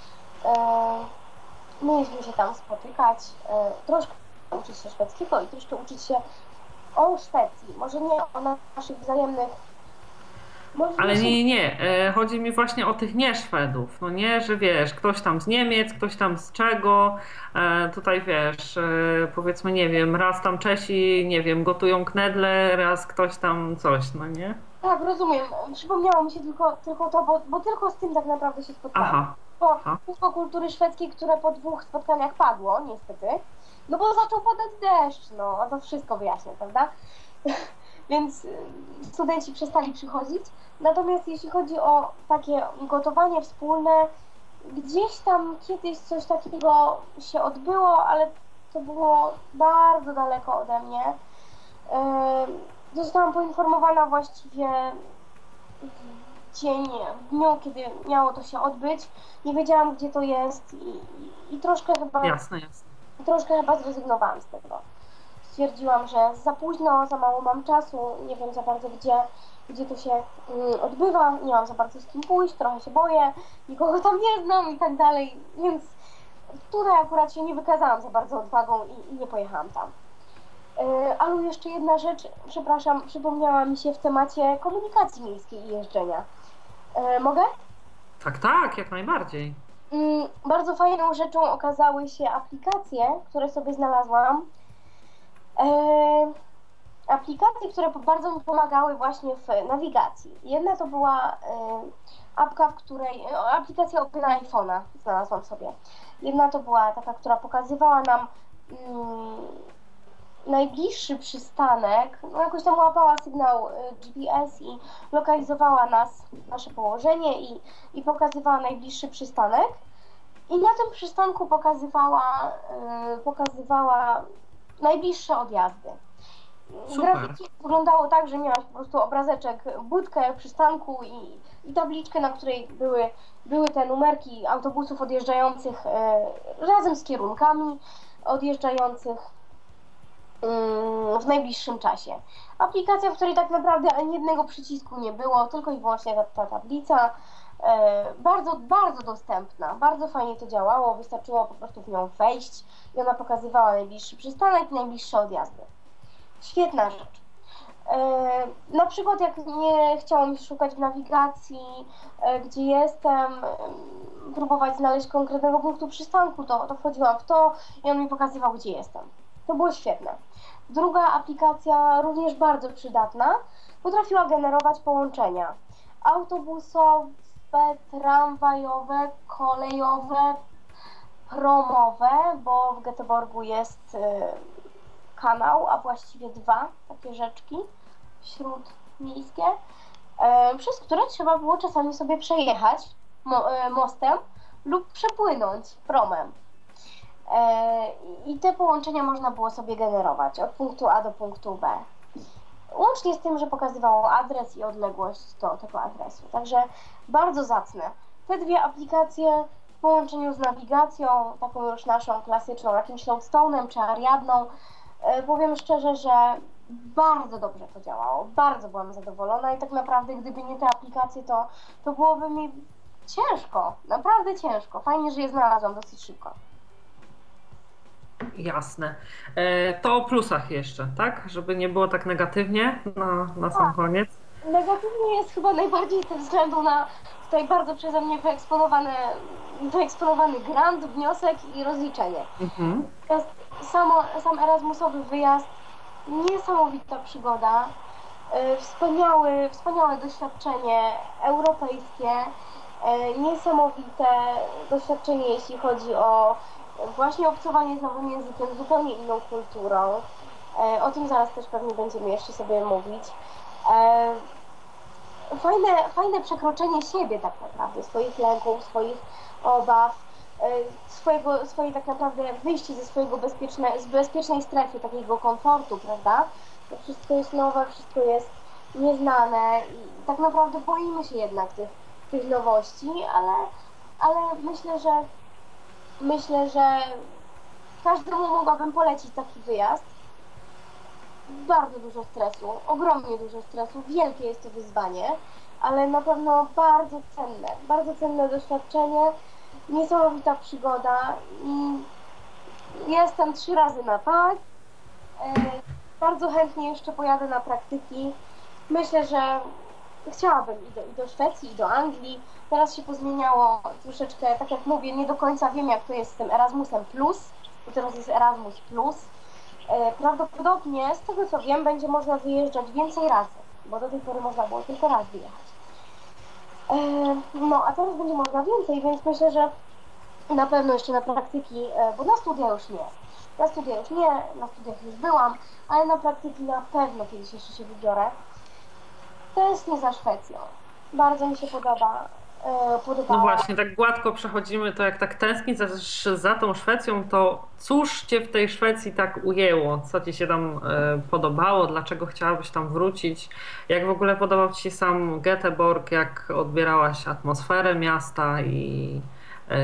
C: Mieliśmy się tam spotykać, troszkę uczyć się szwedzkiego i troszkę uczyć się o Szwecji. Może nie o naszych wzajemnych.
B: Ale nie, nie, nie. Chodzi mi właśnie o tych nie Szwedów. No nie, że wiesz, ktoś tam z Niemiec, ktoś tam z czego. Tutaj wiesz, powiedzmy, nie wiem, raz tam Czesi, nie wiem, gotują knedle, raz ktoś tam coś, no nie?
C: Tak, rozumiem. Przypomniało mi się tylko, tylko to, bo, bo tylko z tym tak naprawdę się spotkałam. Aha. Bo Aha. Kółko kultury szwedzkiej, które po dwóch spotkaniach padło, niestety, no bo zaczął padać deszcz, no, a to wszystko wyjaśnia, prawda? Więc studenci przestali przychodzić. Natomiast jeśli chodzi o takie gotowanie wspólne, gdzieś tam kiedyś coś takiego się odbyło, ale to było bardzo daleko ode mnie. Zostałam poinformowana właściwie w dzień, w dniu, kiedy miało to się odbyć. Nie wiedziałam, gdzie to jest i, i, i troszkę chyba...
B: Jasne, jasne.
C: Troszkę chyba zrezygnowałam z tego. Stwierdziłam, że za późno, za mało mam czasu, nie wiem za bardzo gdzie, gdzie to się um, odbywa, nie mam za bardzo z kim pójść, trochę się boję, nikogo tam nie znam i tak dalej, więc tutaj akurat się nie wykazałam za bardzo odwagą i, i nie pojechałam tam. Yy, ale jeszcze jedna rzecz, przepraszam, przypomniała mi się w temacie komunikacji miejskiej i jeżdżenia. Yy, mogę?
B: Tak, tak, jak najbardziej.
C: Yy, bardzo fajną rzeczą okazały się aplikacje, które sobie znalazłam. aplikacji, które bardzo mi pomagały właśnie w nawigacji. Jedna to była y, apka, w której, aplikacja Oby na iPhone'a znalazłam sobie. Jedna to była taka, która pokazywała nam mm, najbliższy przystanek, no jakoś tam łapała sygnał G P S i lokalizowała nas, nasze położenie i, i pokazywała najbliższy przystanek. I na tym przystanku pokazywała, yy, pokazywała najbliższe odjazdy. Grafiki wyglądało tak, że miałaś po prostu obrazeczek, budkę przystanku i, i tabliczkę, na której były, były te numerki autobusów odjeżdżających yy, razem z kierunkami odjeżdżających w najbliższym czasie. Aplikacja, w której tak naprawdę ani jednego przycisku nie było, tylko i wyłącznie ta, ta tablica. E, bardzo, bardzo dostępna, bardzo fajnie to działało, wystarczyło po prostu w nią wejść i ona pokazywała najbliższy przystanek i najbliższe odjazdy. Świetna rzecz. E, na przykład jak nie chciało mi się szukać w nawigacji, e, gdzie jestem, e, próbować znaleźć konkretnego punktu przystanku, to, to wchodziłam w to i on mi pokazywał, gdzie jestem. To było świetne. Druga aplikacja, również bardzo przydatna, potrafiła generować połączenia autobusowe, tramwajowe, kolejowe, promowe, bo w Göteborgu jest y, kanał, a właściwie dwa takie rzeczki śródmiejskie, y, przez które trzeba było czasami sobie przejechać mo, y, mostem lub przepłynąć promem. I te połączenia można było sobie generować od punktu A do punktu B. Łącznie z tym, że pokazywało adres i odległość do tego adresu. Także bardzo zacne. Te dwie aplikacje w połączeniu z nawigacją, taką już naszą klasyczną, jakimś Lodestone'em czy Ariadną, powiem szczerze, że bardzo dobrze to działało. Bardzo byłam zadowolona i tak naprawdę gdyby nie te aplikacje, to, to byłoby mi ciężko. Naprawdę ciężko. Fajnie, że je znalazłam dosyć szybko.
B: Jasne. To o plusach jeszcze, tak? Żeby nie było tak negatywnie na, na sam koniec.
C: Negatywnie jest chyba najbardziej ze względu na tutaj bardzo przeze mnie wyeksponowany, wyeksponowany grant, wniosek i rozliczenie. Mhm. Jest samo, sam Erasmusowy wyjazd, niesamowita przygoda, wspaniałe, wspaniałe doświadczenie europejskie, niesamowite doświadczenie, jeśli chodzi o właśnie obcowanie z nowym językiem, zupełnie inną kulturą. E, o tym zaraz też pewnie będziemy jeszcze sobie mówić. E, fajne, fajne przekroczenie siebie tak naprawdę, swoich lęków, swoich obaw, e, swojego, swoje tak naprawdę wyjście ze swojego bezpieczne, z bezpiecznej strefy, takiego komfortu, prawda? To wszystko jest nowe, wszystko jest nieznane i tak naprawdę boimy się jednak tych, tych nowości, ale, ale myślę, że Myślę, że każdemu mogłabym polecić taki wyjazd. Bardzo dużo stresu, ogromnie dużo stresu, wielkie jest to wyzwanie, ale na pewno bardzo cenne, bardzo cenne doświadczenie, niesamowita przygoda i jestem trzy razy na tak. Bardzo chętnie jeszcze pojadę na praktyki. Myślę, że chciałabym i do, i do Szwecji, i do Anglii. Teraz się pozmieniało troszeczkę, tak jak mówię, nie do końca wiem, jak to jest z tym Erasmusem Plus, bo teraz jest Erasmus Plus. E, prawdopodobnie, z tego co wiem, będzie można wyjeżdżać więcej razy, bo do tej pory można było tylko raz wyjechać. E, no, a teraz będzie można więcej, więc myślę, że na pewno jeszcze na praktyki, e, bo na studia już nie. Na studia już nie, na studiach już byłam, ale na praktyki na pewno kiedyś jeszcze się wybiorę. Tęsknię za Szwecją. Bardzo mi się podoba. E,
B: no właśnie, tak gładko przechodzimy, to jak tak tęsknić za, za tą Szwecją, to cóż Cię w tej Szwecji tak ujęło? Co Ci się tam e, podobało? Dlaczego chciałabyś tam wrócić? Jak w ogóle podobał Ci się sam Göteborg? Jak odbierałaś atmosferę miasta i e,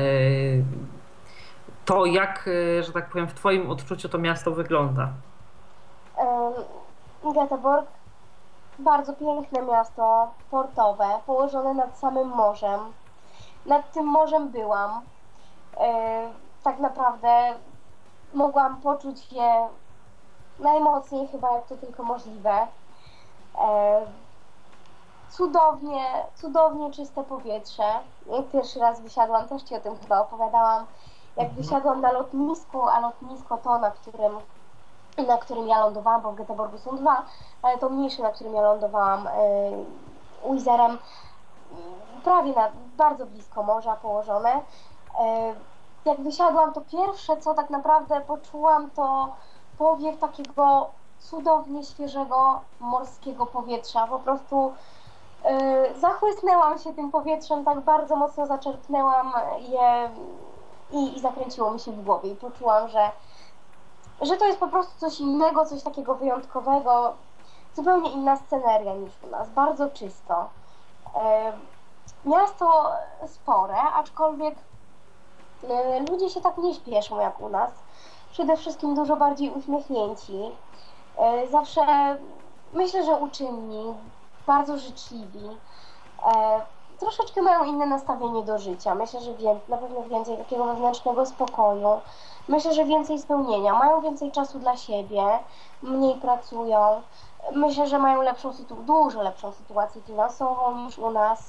B: to, jak, e, że tak powiem, w Twoim odczuciu to miasto wygląda?
C: E, Göteborg. Bardzo piękne miasto portowe, położone nad samym morzem. Nad tym morzem byłam. E, tak naprawdę mogłam poczuć je najmocniej chyba, jak to tylko możliwe. E, cudownie, cudownie czyste powietrze. Jak pierwszy raz wysiadłam, też Ci o tym chyba opowiadałam, jak wysiadłam na lotnisku, a lotnisko to, na którym na którym ja lądowałam, bo w Göteborgu są dwa, ale to mniejsze, na którym ja lądowałam Uizerem, prawie na, bardzo blisko morza położone. Jak wysiadłam, to pierwsze, co tak naprawdę poczułam, to powiew takiego cudownie świeżego morskiego powietrza. Po prostu yy, zachłysnęłam się tym powietrzem, tak bardzo mocno zaczerpnęłam je i, i zakręciło mi się w głowie i poczułam, że, że to jest po prostu coś innego, coś takiego wyjątkowego, zupełnie inna sceneria niż u nas, bardzo czysto. Yy, miasto spore, aczkolwiek yy, ludzie się tak nie śpieszą jak u nas. Przede wszystkim dużo bardziej uśmiechnięci. Zawsze myślę, że uczynni, bardzo życzliwi. Troszeczkę mają inne nastawienie do życia. Myślę, że wie, na pewno więcej takiego wewnętrznego spokoju. Myślę, że więcej spełnienia. Mają więcej czasu dla siebie, mniej pracują. Myślę, że mają lepszą sytu- dużo lepszą sytuację finansową niż u nas.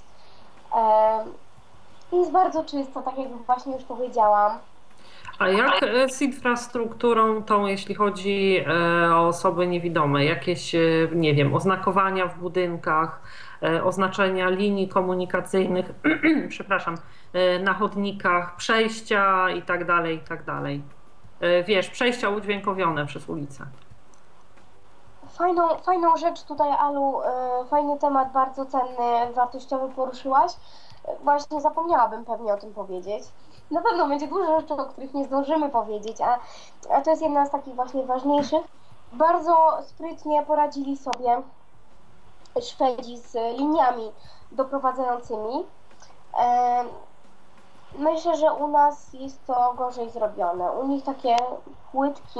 C: Jest bardzo czysto, tak jak właśnie już powiedziałam.
B: A jak z infrastrukturą tą, jeśli chodzi o osoby niewidome? Jakieś, nie wiem, oznakowania w budynkach, oznaczenia linii komunikacyjnych, przepraszam, na chodnikach, przejścia i tak dalej, i tak dalej. Wiesz, przejścia udźwiękowione przez ulicę.
C: Fajną, fajną rzecz tutaj, Alu, fajny temat, bardzo cenny, wartościowy poruszyłaś. Właśnie zapomniałabym pewnie o tym powiedzieć. Na pewno będzie dużo rzeczy, o których nie zdążymy powiedzieć, a, a to jest jedna z takich właśnie ważniejszych. Bardzo sprytnie poradzili sobie Szwedzi z liniami doprowadzającymi. E, myślę, że u nas jest to gorzej zrobione. U nich takie płytki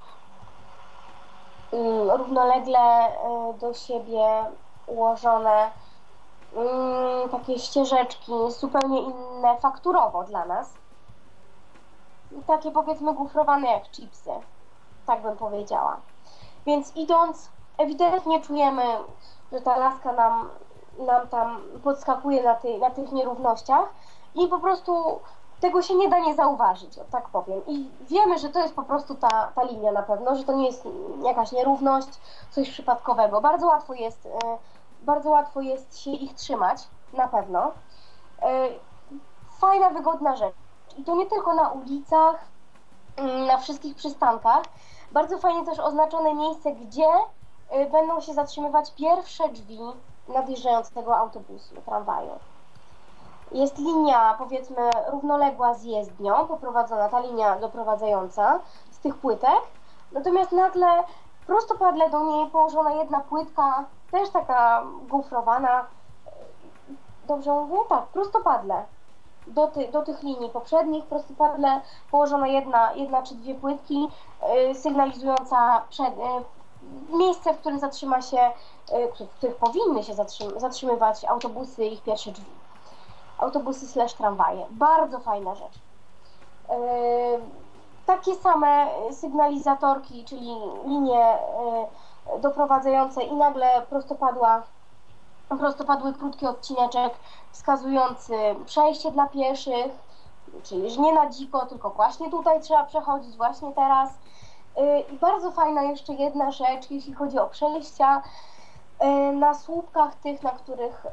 C: y, równolegle y, do siebie ułożone, y, takie ścieżeczki zupełnie inne fakturowo dla nas. I takie powiedzmy gufrowane jak chipsy, tak bym powiedziała. Więc idąc, ewidentnie czujemy, że ta laska nam, nam tam podskakuje na, ty, na tych nierównościach i po prostu tego się nie da nie zauważyć, o tak powiem. I wiemy, że to jest po prostu ta, ta linia na pewno, że to nie jest jakaś nierówność, coś przypadkowego. Bardzo łatwo jest, bardzo łatwo jest się ich trzymać, na pewno. Fajna, wygodna rzecz. I to nie tylko na ulicach, na wszystkich przystankach. Bardzo fajnie też oznaczone miejsce, gdzie będą się zatrzymywać pierwsze drzwi nadjeżdżającego autobusu, tramwaju. Jest linia, powiedzmy, równoległa z jezdnią, poprowadzona, ta linia doprowadzająca z tych płytek. Natomiast nagle prostopadle do niej położona jedna płytka, też taka gufrowana. Dobrze mówię? Tak, prostopadle. Do, ty, do tych linii poprzednich prostopadle położona jedna, jedna czy dwie płytki yy, sygnalizująca przed, yy, miejsce, w którym zatrzyma się, yy, w których powinny się zatrzym, zatrzymywać autobusy i ich pierwsze drzwi. Autobusy slash tramwaje. Bardzo fajna rzecz. Yy, takie same sygnalizatorki, czyli linie yy, doprowadzające i nagle prostopadła prostopadły krótki odcineczek wskazujący przejście dla pieszych, czyli że nie na dziko, tylko właśnie tutaj trzeba przechodzić, właśnie teraz. I bardzo fajna jeszcze jedna rzecz, jeśli chodzi o przejścia, na słupkach tych, na których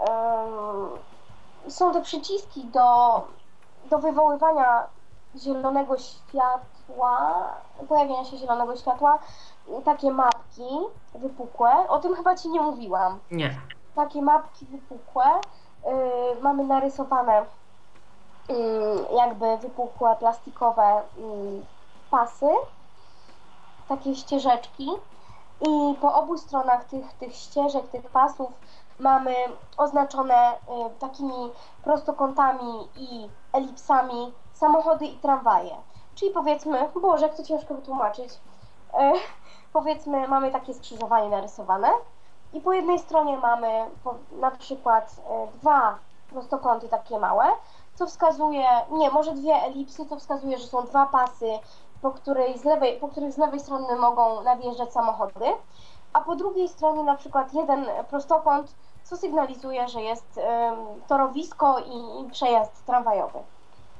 C: są te przyciski do, do wywoływania zielonego światła, pojawienia się zielonego światła, takie mapki wypukłe, o tym chyba Ci nie mówiłam.
B: Nie.
C: Takie mapki wypukłe, yy, mamy narysowane yy, jakby wypukłe plastikowe yy, pasy, takie ścieżeczki i po obu stronach tych, tych ścieżek, tych pasów mamy oznaczone yy, takimi prostokątami i elipsami samochody i tramwaje. Czyli powiedzmy, Boże, jak to ciężko wytłumaczyć, yy, powiedzmy mamy takie skrzyżowanie narysowane. I po jednej stronie mamy po, na przykład y, dwa prostokąty takie małe, co wskazuje, nie, może dwie elipsy, co wskazuje, że są dwa pasy, po, której z lewej, po których z lewej strony mogą nadjeżdżać samochody, a po drugiej stronie na przykład jeden prostokąt, co sygnalizuje, że jest y, torowisko i, i przejazd tramwajowy.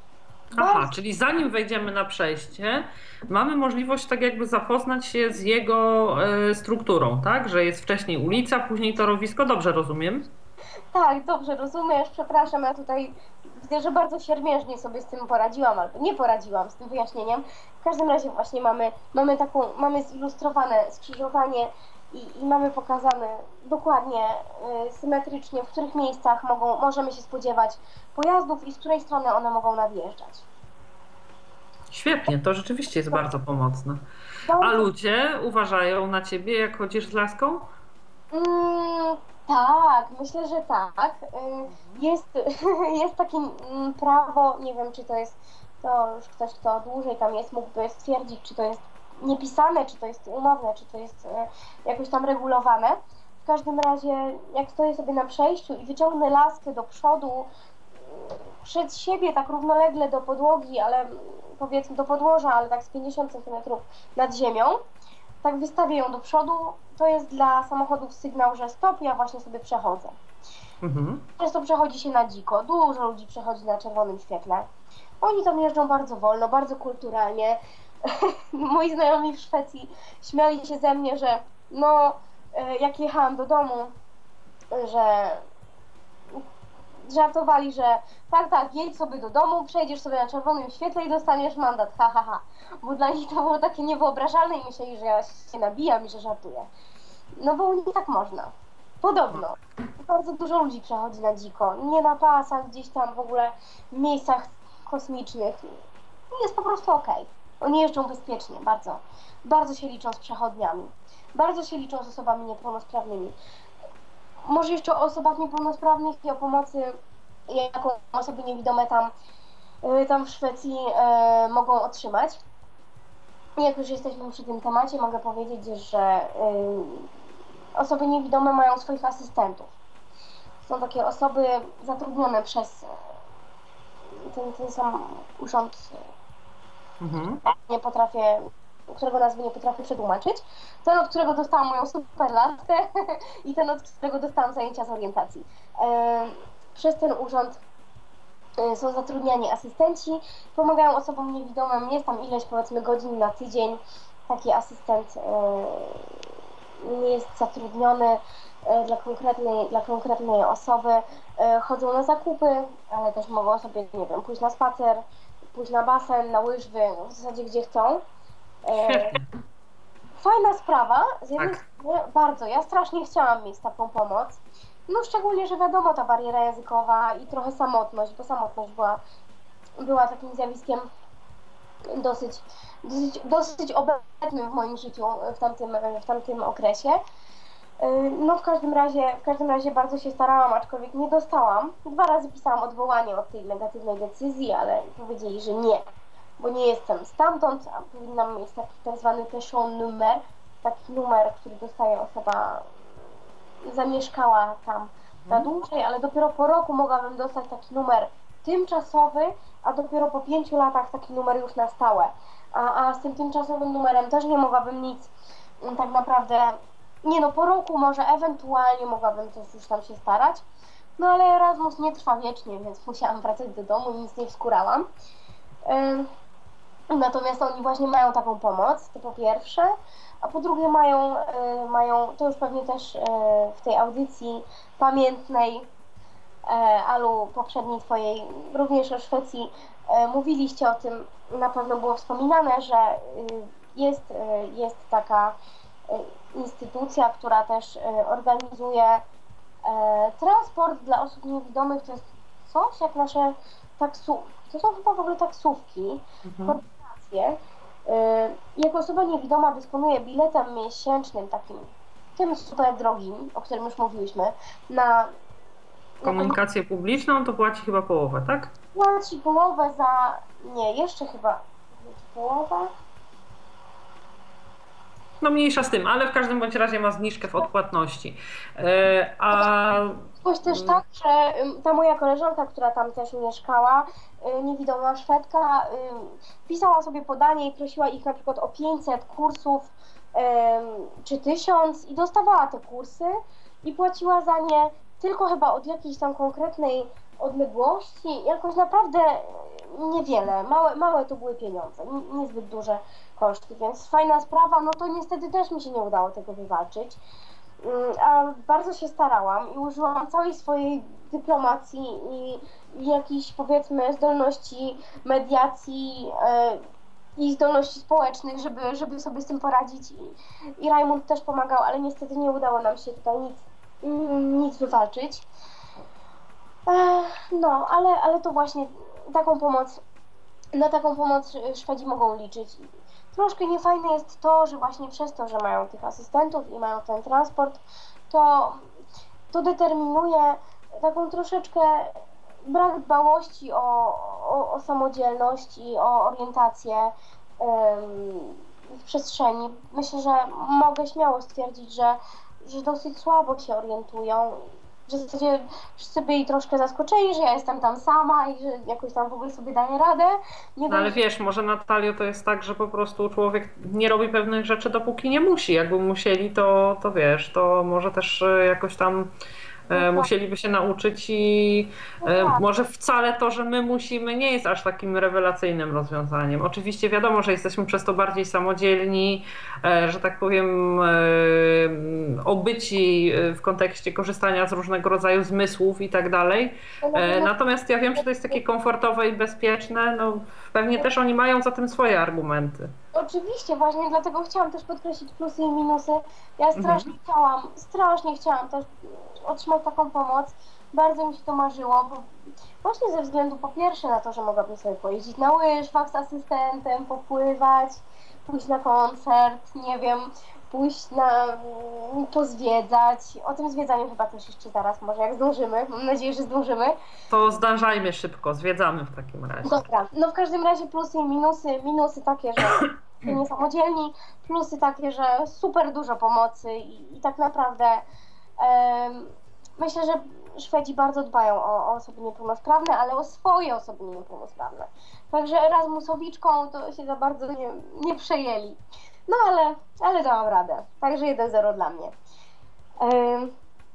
B: Aha, czyli zanim wejdziemy na przejście, mamy możliwość tak jakby zapoznać się z jego e, strukturą, tak? Że jest wcześniej ulica, później torowisko, dobrze rozumiem?
C: Tak, dobrze rozumiesz, przepraszam, ja tutaj widzę, że bardzo siermiężnie sobie z tym poradziłam, albo nie poradziłam z tym wyjaśnieniem. W każdym razie właśnie mamy, mamy taką, mamy zilustrowane skrzyżowanie i, i mamy pokazane dokładnie, y, symetrycznie, w których miejscach mogą, możemy się spodziewać pojazdów i z której strony one mogą nadjeżdżać.
B: Świetnie, to rzeczywiście jest bardzo pomocne.
C: Dobrze.
B: A ludzie uważają na ciebie, jak chodzisz z laską?
C: Mm, tak, myślę, że tak. Y, Jest, jest takie mm, prawo, nie wiem, czy to jest, to już ktoś, kto dłużej tam jest, mógłby stwierdzić, czy to jest niepisane, czy to jest umowne, czy to jest y, jakoś tam regulowane. W każdym razie, jak stoję sobie na przejściu i wyciągnę laskę do przodu, y, przed siebie tak równolegle do podłogi, ale powiedzmy do podłoża, ale tak z pięćdziesiąt centymetrów nad ziemią, tak wystawię ją do przodu, to jest dla samochodów sygnał, że stop, ja właśnie sobie przechodzę.
B: Mhm.
C: Często przechodzi się na dziko, dużo ludzi przechodzi na czerwonym świetle. Oni tam jeżdżą bardzo wolno, bardzo kulturalnie. Moi znajomi w Szwecji śmiali się ze mnie, że no, jak jechałam do domu, że żartowali, że tak, tak, jedź sobie do domu, przejdziesz sobie na czerwonym świetle i dostaniesz mandat, ha, ha, ha. Bo dla nich to było takie niewyobrażalne i myśleli, że ja się nabijam i że żartuję. No bo nie tak można. Podobno. Bardzo dużo ludzi przechodzi na dziko. Nie na pasach, gdzieś tam w ogóle w miejscach kosmicznych. Jest po prostu okej. Oni jeżdżą bezpiecznie, bardzo. Bardzo się liczą z przechodniami. Bardzo się liczą z osobami niepełnosprawnymi. Może jeszcze o osobach niepełnosprawnych i o pomocy, jaką osoby niewidome tam, tam w Szwecji e, mogą otrzymać. Jak już jesteśmy przy tym temacie, mogę powiedzieć, że e, osoby niewidome mają swoich asystentów. Są takie osoby zatrudnione przez ten, ten sam urząd, mhm. nie potrafię, którego nazwy nie potrafię przetłumaczyć. Ten, od którego dostałam moją super laskę i ten, od którego dostałam zajęcia z orientacji. Przez ten urząd są zatrudniani asystenci, pomagają osobom niewidomym, jest tam ileś powiedzmy godzin na tydzień. Taki asystent jest zatrudniony dla konkretnej, dla konkretnej osoby. Chodzą na zakupy, ale też mogą sobie, nie wiem, pójść na spacer, pójść na basen, na łyżwy, w zasadzie gdzie chcą.
B: Świetnie.
C: Fajna sprawa, z jednej
B: Tak.
C: strony bardzo, ja strasznie chciałam mieć taką pomoc, no szczególnie, że wiadomo, ta bariera językowa i trochę samotność, bo samotność była, była takim zjawiskiem dosyć, dosyć, dosyć obecnym w moim życiu w tamtym, w tamtym okresie. No w każdym razie, w każdym razie bardzo się starałam, aczkolwiek nie dostałam. Dwa razy pisałam odwołanie od tej negatywnej decyzji, ale powiedzieli, że nie, bo nie jestem stamtąd, a powinnam mieć taki tak zwany pension numer, taki numer, który dostaje osoba zamieszkała tam na dłużej, ale dopiero po roku mogłabym dostać taki numer tymczasowy, a dopiero po pięciu latach taki numer już na stałe. A, a z tym tymczasowym numerem też nie mogłabym nic tak naprawdę, nie no, po roku może ewentualnie mogłabym też już tam się starać, no ale Erasmus nie trwa wiecznie, więc musiałam wracać do domu i nic nie wskurałam. Natomiast oni właśnie mają taką pomoc, to po pierwsze, a po drugie mają, mają to już pewnie też w tej audycji pamiętnej, Alu, poprzedniej twojej, również o Szwecji, mówiliście o tym, na pewno było wspominane, że jest, jest taka instytucja, która też organizuje transport dla osób niewidomych, to jest coś jak nasze taksówki, to są chyba w ogóle taksówki, mhm. korporacje. Jako osoba niewidoma dysponuję biletem miesięcznym, takim, tym super drogim, o którym już mówiliśmy, na
B: komunikację publiczną to płaci chyba połowę, tak?
C: Płaci połowę za, nie, jeszcze chyba połowę.
B: No mniejsza z tym, ale w każdym bądź razie ma zniżkę w odpłatności. Yy, a...
C: Coś też tak, że ta moja koleżanka, która tam też mieszkała, niewidoma Szwedka, pisała sobie podanie i prosiła ich na przykład o pięćset kursów czy tysiąc i dostawała te kursy i płaciła za nie tylko chyba od jakiejś tam konkretnej odległości. Jakoś naprawdę niewiele, małe, małe to były pieniądze, niezbyt duże koszty, więc fajna sprawa, no to niestety też mi się nie udało tego wywalczyć. A bardzo się starałam i użyłam całej swojej dyplomacji i, i jakichś, powiedzmy, zdolności mediacji i zdolności społecznych, żeby, żeby sobie z tym poradzić. I, i Rajmund też pomagał, ale niestety nie udało nam się tutaj nic, nic wywalczyć. No, ale, ale to właśnie taką pomoc, na taką pomoc Szwedzi mogą liczyć. Troszkę niefajne jest to, że właśnie przez to, że mają tych asystentów i mają ten transport, to, to determinuje taką troszeczkę brak dbałości o, o, o samodzielność i o orientację ym, w przestrzeni. Myślę, że mogę śmiało stwierdzić, że, że dosyć słabo się orientują. W zasadzie wszyscy byli troszkę zaskoczeni, że ja jestem tam sama i że jakoś tam w ogóle sobie daję radę.
B: Nie no ale wiesz, może Natalio to jest tak, że po prostu człowiek nie robi pewnych rzeczy, dopóki nie musi. Jakby musieli, to, to wiesz, to może też jakoś tam e, musieliby się nauczyć i e, może wcale to, że my musimy, nie jest aż takim rewelacyjnym rozwiązaniem. Oczywiście wiadomo, że jesteśmy przez to bardziej samodzielni, e, że tak powiem e, obyci w kontekście korzystania z różnego rodzaju zmysłów i tak dalej. E, natomiast ja wiem, że to jest takie komfortowe i bezpieczne, no pewnie też oni mają za tym swoje argumenty.
C: Oczywiście, właśnie dlatego chciałam też podkreślić plusy i minusy. Ja strasznie mhm. chciałam, strasznie chciałam też otrzymać taką pomoc. Bardzo mi się to marzyło, bo właśnie ze względu po pierwsze na to, że mogłabym sobie pojeździć na łyżwach z asystentem, popływać, pójść na koncert, nie wiem, pójść na, pozwiedzać. O tym zwiedzaniu chyba też jeszcze zaraz może, jak zdążymy. Mam nadzieję, że zdążymy.
B: To zdążajmy szybko, zwiedzamy w takim razie.
C: Dobra, no w każdym razie plusy i minusy. Minusy takie, że niesamodzielni, plusy takie, że super dużo pomocy i, i tak naprawdę um, myślę, że Szwedzi bardzo dbają o, o osoby niepełnosprawne, ale o swoje osoby niepełnosprawne. Także Erasmusowiczką to się za bardzo nie, nie przejęli. No ale, ale dałam radę. Także jeden zero dla mnie. Um,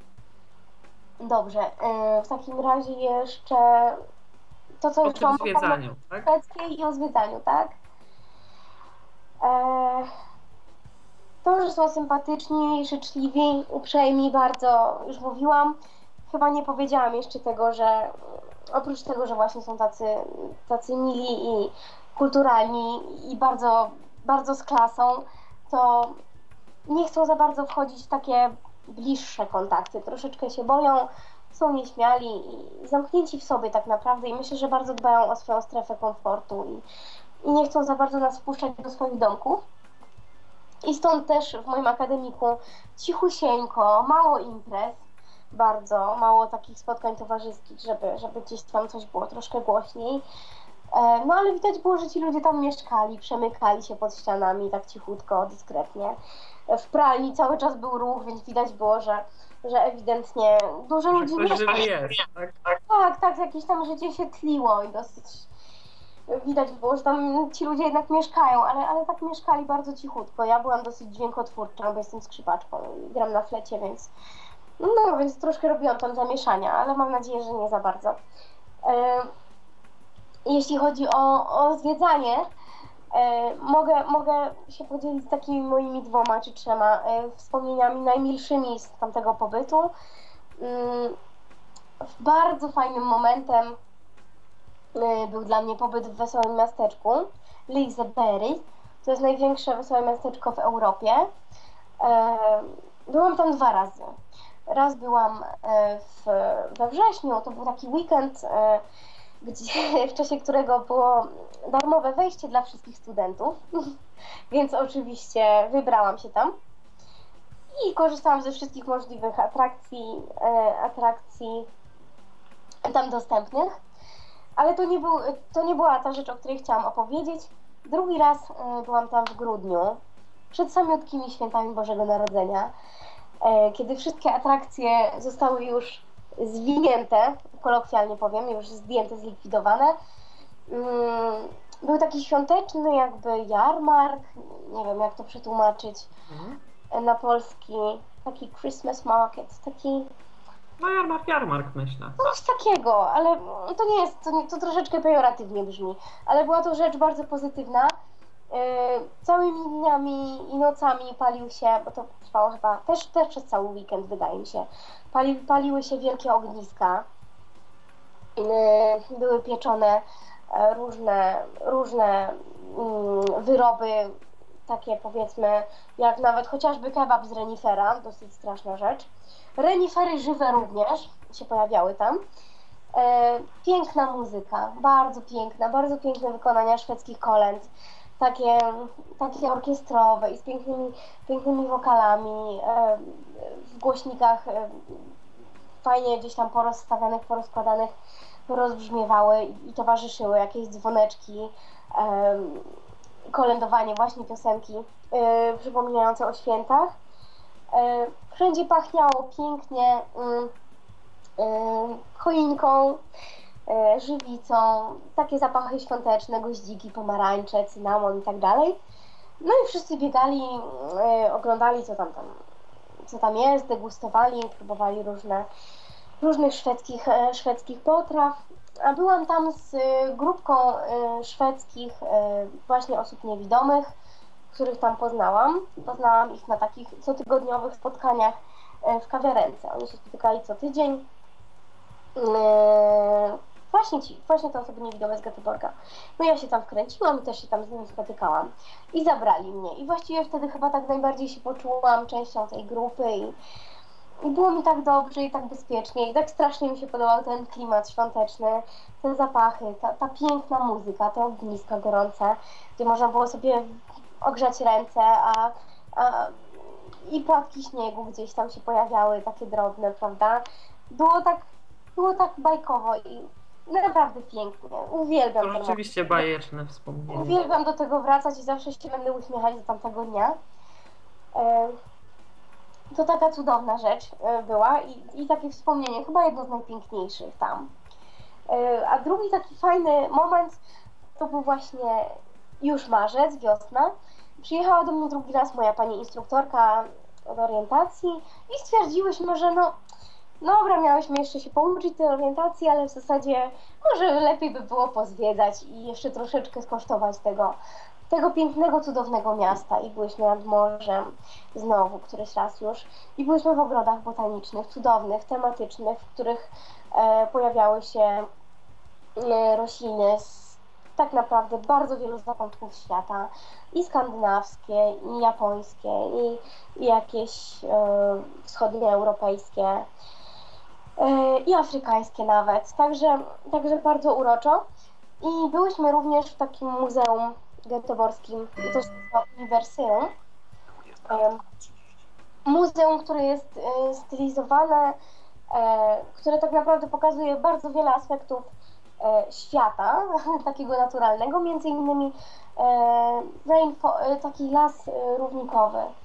C: dobrze, um, w takim razie jeszcze to, co już
B: mam zwiedzaniu, tak?
C: I o zwiedzaniu, tak? E, to, że są sympatyczni, życzliwi, uprzejmi, bardzo już mówiłam. Chyba nie powiedziałam jeszcze tego, że oprócz tego, że właśnie są tacy, tacy mili i kulturalni i bardzo, bardzo z klasą, to nie chcą za bardzo wchodzić w takie bliższe kontakty. Troszeczkę się boją, są nieśmiali i zamknięci w sobie tak naprawdę i myślę, że bardzo dbają o swoją strefę komfortu i, i nie chcą za bardzo nas wpuszczać do swoich domków. I stąd też w moim akademiku cichusieńko, mało imprez, bardzo mało takich spotkań towarzyskich, żeby, żeby gdzieś tam coś było troszkę głośniej. No ale widać było, że ci ludzie tam mieszkali, przemykali się pod ścianami tak cichutko, dyskretnie. W pralni cały czas był ruch, więc widać było, że, że ewidentnie dużo że ludzi mieszka.
B: Jest, tak, tak.
C: tak, tak, jakieś tam życie się tliło i dosyć widać było, że tam ci ludzie jednak mieszkają, ale, ale tak mieszkali bardzo cichutko. Ja byłam dosyć dźwiękotwórcza, bo jestem skrzypaczką i gram na flecie, więc no, więc troszkę robiłam tam zamieszania, ale mam nadzieję, że nie za bardzo. Jeśli chodzi o, o zwiedzanie, e, mogę, mogę się podzielić z takimi moimi dwoma czy trzema e, wspomnieniami najmilszymi z tamtego pobytu. E, bardzo fajnym momentem e, był dla mnie pobyt w wesołym miasteczku Liseberg. To jest największe wesołe miasteczko w Europie. E, byłam tam dwa razy. Raz byłam e, w, we wrześniu, to był taki weekend, e, gdzie, w czasie którego było darmowe wejście dla wszystkich studentów, więc oczywiście wybrałam się tam i korzystałam ze wszystkich możliwych atrakcji, e, atrakcji tam dostępnych, ale to nie, był, to nie była ta rzecz, o której chciałam opowiedzieć. Drugi raz e, byłam tam w grudniu, przed samiutkimi świętami Bożego Narodzenia, e, kiedy wszystkie atrakcje zostały już zwinięte, kolokwialnie powiem, już zdjęte, zlikwidowane. Był taki świąteczny jakby jarmark, nie wiem jak to przetłumaczyć mhm. na polski, taki Christmas market, taki
B: No jarmark, jarmark myślę.
C: Coś takiego, ale to nie jest, to, nie, to troszeczkę pejoratywnie brzmi, ale była to rzecz bardzo pozytywna. Yy, całymi dniami i nocami palił się, bo to trwało chyba też, też przez cały weekend, wydaje mi się, pali, paliły się wielkie ogniska, yy, były pieczone yy, różne, różne yy, wyroby, takie powiedzmy, jak nawet chociażby kebab z renifera, dosyć straszna rzecz. Renifery żywe również się pojawiały tam. E, piękna muzyka, bardzo piękna, bardzo piękne wykonania szwedzkich kolęd, takie, takie orkiestrowe i z pięknymi, pięknymi wokalami, e, w głośnikach e, fajnie gdzieś tam porozstawianych, porozkładanych rozbrzmiewały i, i towarzyszyły jakieś dzwoneczki, e, kolędowanie, właśnie piosenki e, przypominające o świętach. E, wszędzie pachniało pięknie y, y, choinką, y, żywicą, takie zapachy świąteczne, goździki, pomarańcze, cynamon i tak dalej. No i wszyscy biegali, y, oglądali co tam, tam, co tam jest, degustowali, próbowali różne, różnych szwedzkich, y, szwedzkich potraw. A byłam tam z y, grupką y, szwedzkich y, właśnie osób niewidomych, których tam poznałam. Poznałam ich na takich cotygodniowych spotkaniach w kawiarence. Oni się spotykali co tydzień. Właśnie ci, właśnie te osoby niewidome z Göteborga. No ja się tam wkręciłam i też się tam z nimi spotykałam. I zabrali mnie. I właściwie wtedy chyba tak najbardziej się poczułam częścią tej grupy i, i było mi tak dobrze i tak bezpiecznie i tak strasznie mi się podobał ten klimat świąteczny, te zapachy, ta, ta piękna muzyka, te ogniska gorące, gdzie można było sobie ogrzać ręce, a, a i płatki śniegu gdzieś tam się pojawiały, takie drobne, prawda? Było tak, było tak bajkowo i naprawdę pięknie. Uwielbiam
B: To rzeczywiście bajeczne wspomnienie.
C: Uwielbiam do tego wracać i zawsze się będę uśmiechać do tamtego dnia. To taka cudowna rzecz była i, i takie wspomnienie, chyba jedno z najpiękniejszych tam. A drugi taki fajny moment to był właśnie już marzec, wiosna. Przyjechała do mnie drugi raz moja pani instruktorka od orientacji i stwierdziłyśmy, że no dobra, miałyśmy jeszcze się pouczyć tej orientacji, ale w zasadzie może lepiej by było pozwiedzać i jeszcze troszeczkę skosztować tego, tego pięknego, cudownego miasta. I byłyśmy nad morzem znowu, któryś raz już. I byłyśmy w ogrodach botanicznych, cudownych, tematycznych, w których e, pojawiały się e, rośliny z tak naprawdę bardzo wielu zakątków świata, i skandynawskie, i japońskie, i, i jakieś e, wschodnioeuropejskie, e, i afrykańskie nawet, także, także bardzo uroczo. I byłyśmy również w takim muzeum göteborgskim, to się nazywa Uniwersyum. E, muzeum, które jest e, stylizowane, e, które tak naprawdę pokazuje bardzo wiele aspektów świata, takiego naturalnego, między innymi e, rainfo, e, taki las e, równikowy. E,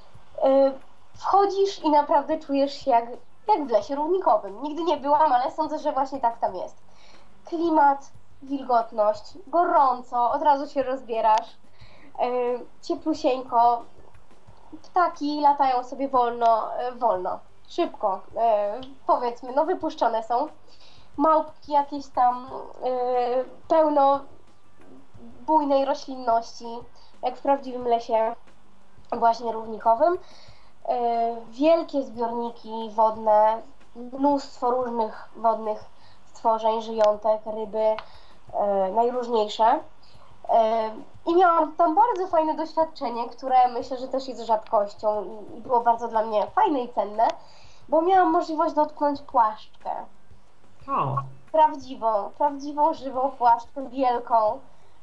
C: wchodzisz i naprawdę czujesz się jak, jak w lesie równikowym. Nigdy nie byłam, ale sądzę, że właśnie tak tam jest. Klimat, wilgotność, gorąco, od razu się rozbierasz, e, cieplusieńko, ptaki latają sobie wolno, e, wolno, szybko, e, powiedzmy, no wypuszczone są. Małpki jakieś tam, yy, pełno bujnej roślinności, jak w prawdziwym lesie właśnie równikowym. Yy, wielkie zbiorniki wodne, mnóstwo różnych wodnych stworzeń, żyjątek, ryby, yy, najróżniejsze. Yy, I miałam tam bardzo fajne doświadczenie, które myślę, że też jest rzadkością i, i było bardzo dla mnie fajne i cenne, bo miałam możliwość dotknąć płaszczkę.
B: O.
C: Prawdziwą, prawdziwą, żywą płaszczkę, wielką.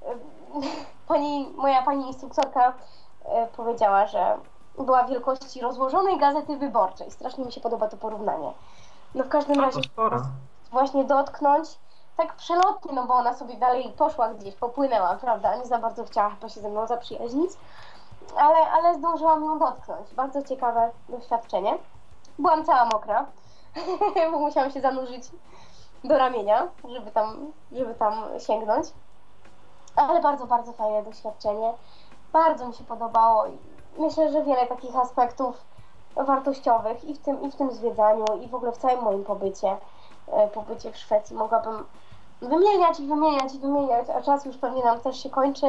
C: Pani, moja pani instruktorka powiedziała, że była wielkości rozłożonej gazety wyborczej. Strasznie mi się podoba to porównanie. No w każdym razie właśnie dotknąć, tak przelotnie, no bo ona sobie dalej poszła gdzieś, popłynęła, prawda? Nie za bardzo chciała chyba się ze mną zaprzyjaźnić, ale, ale zdążyłam ją dotknąć. Bardzo ciekawe doświadczenie. Byłam cała mokra, bo musiałam się zanurzyć do ramienia, żeby tam, żeby tam sięgnąć. Ale bardzo, bardzo fajne doświadczenie. Bardzo mi się podobało i myślę, że wiele takich aspektów wartościowych i w tym, i w tym zwiedzaniu, i w ogóle w całym moim pobycie, pobycie w Szwecji. Mogłabym wymieniać i wymieniać i wymieniać, a czas już pewnie nam też się kończy.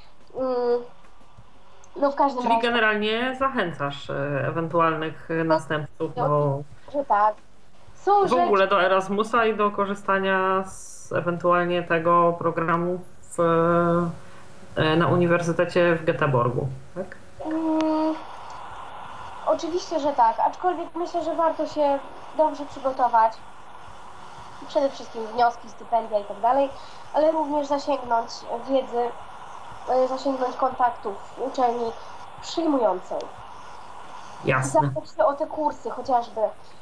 C: No w każdym
B: Czyli
C: razie...
B: generalnie zachęcasz ewentualnych następców do...
C: Że tak. Są
B: w ogóle do Erasmusa i do korzystania z ewentualnie tego programu w, na Uniwersytecie w Göteborgu, tak?
C: Hmm, oczywiście, że tak, aczkolwiek myślę, że warto się dobrze przygotować. Przede wszystkim wnioski, stypendia i tak dalej, ale również zasięgnąć wiedzy, zasięgnąć kontaktów w uczelni przyjmującej.
B: Jasne.
C: Zapytać się o te kursy chociażby.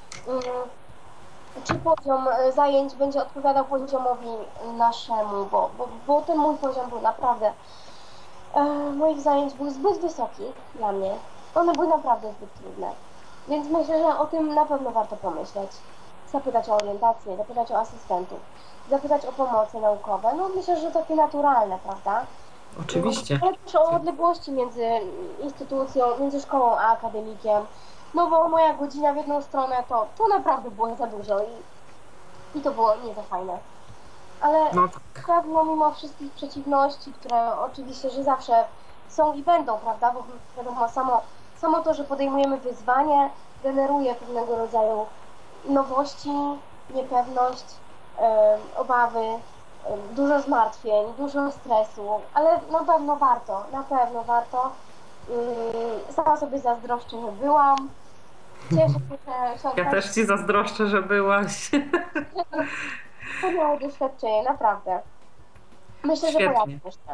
C: Czy poziom zajęć będzie odpowiadał poziomowi naszemu, bo, bo, bo ten mój poziom był naprawdę, e, moich zajęć był zbyt wysoki dla mnie. One były naprawdę zbyt trudne. Więc myślę, że o tym na pewno warto pomyśleć. Zapytać o orientację, zapytać o asystentów, zapytać o pomoce naukowe. No myślę, że takie naturalne, prawda?
B: Oczywiście.
C: Ale też o odległości między instytucją, między szkołą a akademikiem. No bo moja godzina w jedną stronę to, to naprawdę było za dużo i, i to było nie za fajne. Ale
B: no tak.
C: pewno mimo wszystkich przeciwności, które oczywiście, że zawsze są i będą, prawda? Bo wiadomo, samo, samo to, że podejmujemy wyzwanie, generuje pewnego rodzaju nowości, niepewność, yy, obawy, yy, dużo zmartwień, dużo stresu, ale na pewno warto, na pewno warto. Yy, sama sobie zazdroszczę, że byłam. Cieszę się, że...
B: Ja też Ci zazdroszczę, że byłaś.
C: Wspaniałe doświadczenie, naprawdę. Myślę,
B: Świetnie.
C: że pojawi jeszcze.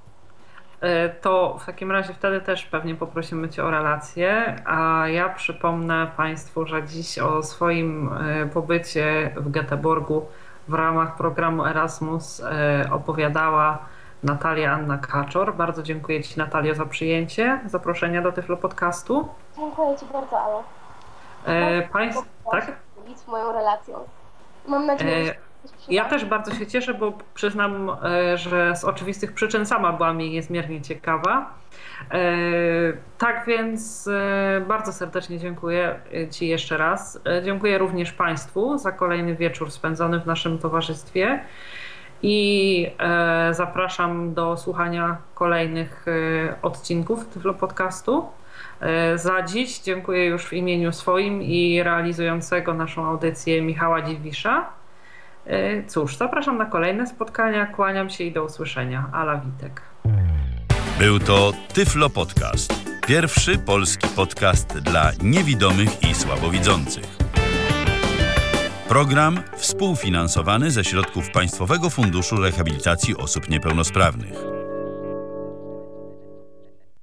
B: To w takim razie wtedy też pewnie poprosimy Cię o relację, a ja przypomnę Państwu, że dziś o swoim pobycie w Göteborgu w ramach programu Erasmus opowiadała Natalia Anna Kaczor. Bardzo dziękuję Ci, Natalio, za przyjęcie zaproszenia do Tyflo Podcastu.
C: Dziękuję Ci bardzo, Alu.
B: E, Państw... Tak?
C: Z moją relacją. Mam nadzieję, że
B: e, Ja też bardzo się cieszę, bo przyznam, że z oczywistych przyczyn sama byłam jej niezmiernie ciekawa. Tak więc bardzo serdecznie dziękuję Ci jeszcze raz. Dziękuję również Państwu za kolejny wieczór spędzony w naszym towarzystwie i zapraszam do słuchania kolejnych odcinków Tyflo Podcastu. Za dziś dziękuję już w imieniu swoim i realizującego naszą audycję Michała Dziwisza. Cóż, zapraszam na kolejne spotkania, kłaniam się i do usłyszenia. Ala Witek.
A: Był to Tyflo Podcast. Pierwszy polski podcast dla niewidomych i słabowidzących. Program współfinansowany ze środków Państwowego Funduszu Rehabilitacji Osób Niepełnosprawnych.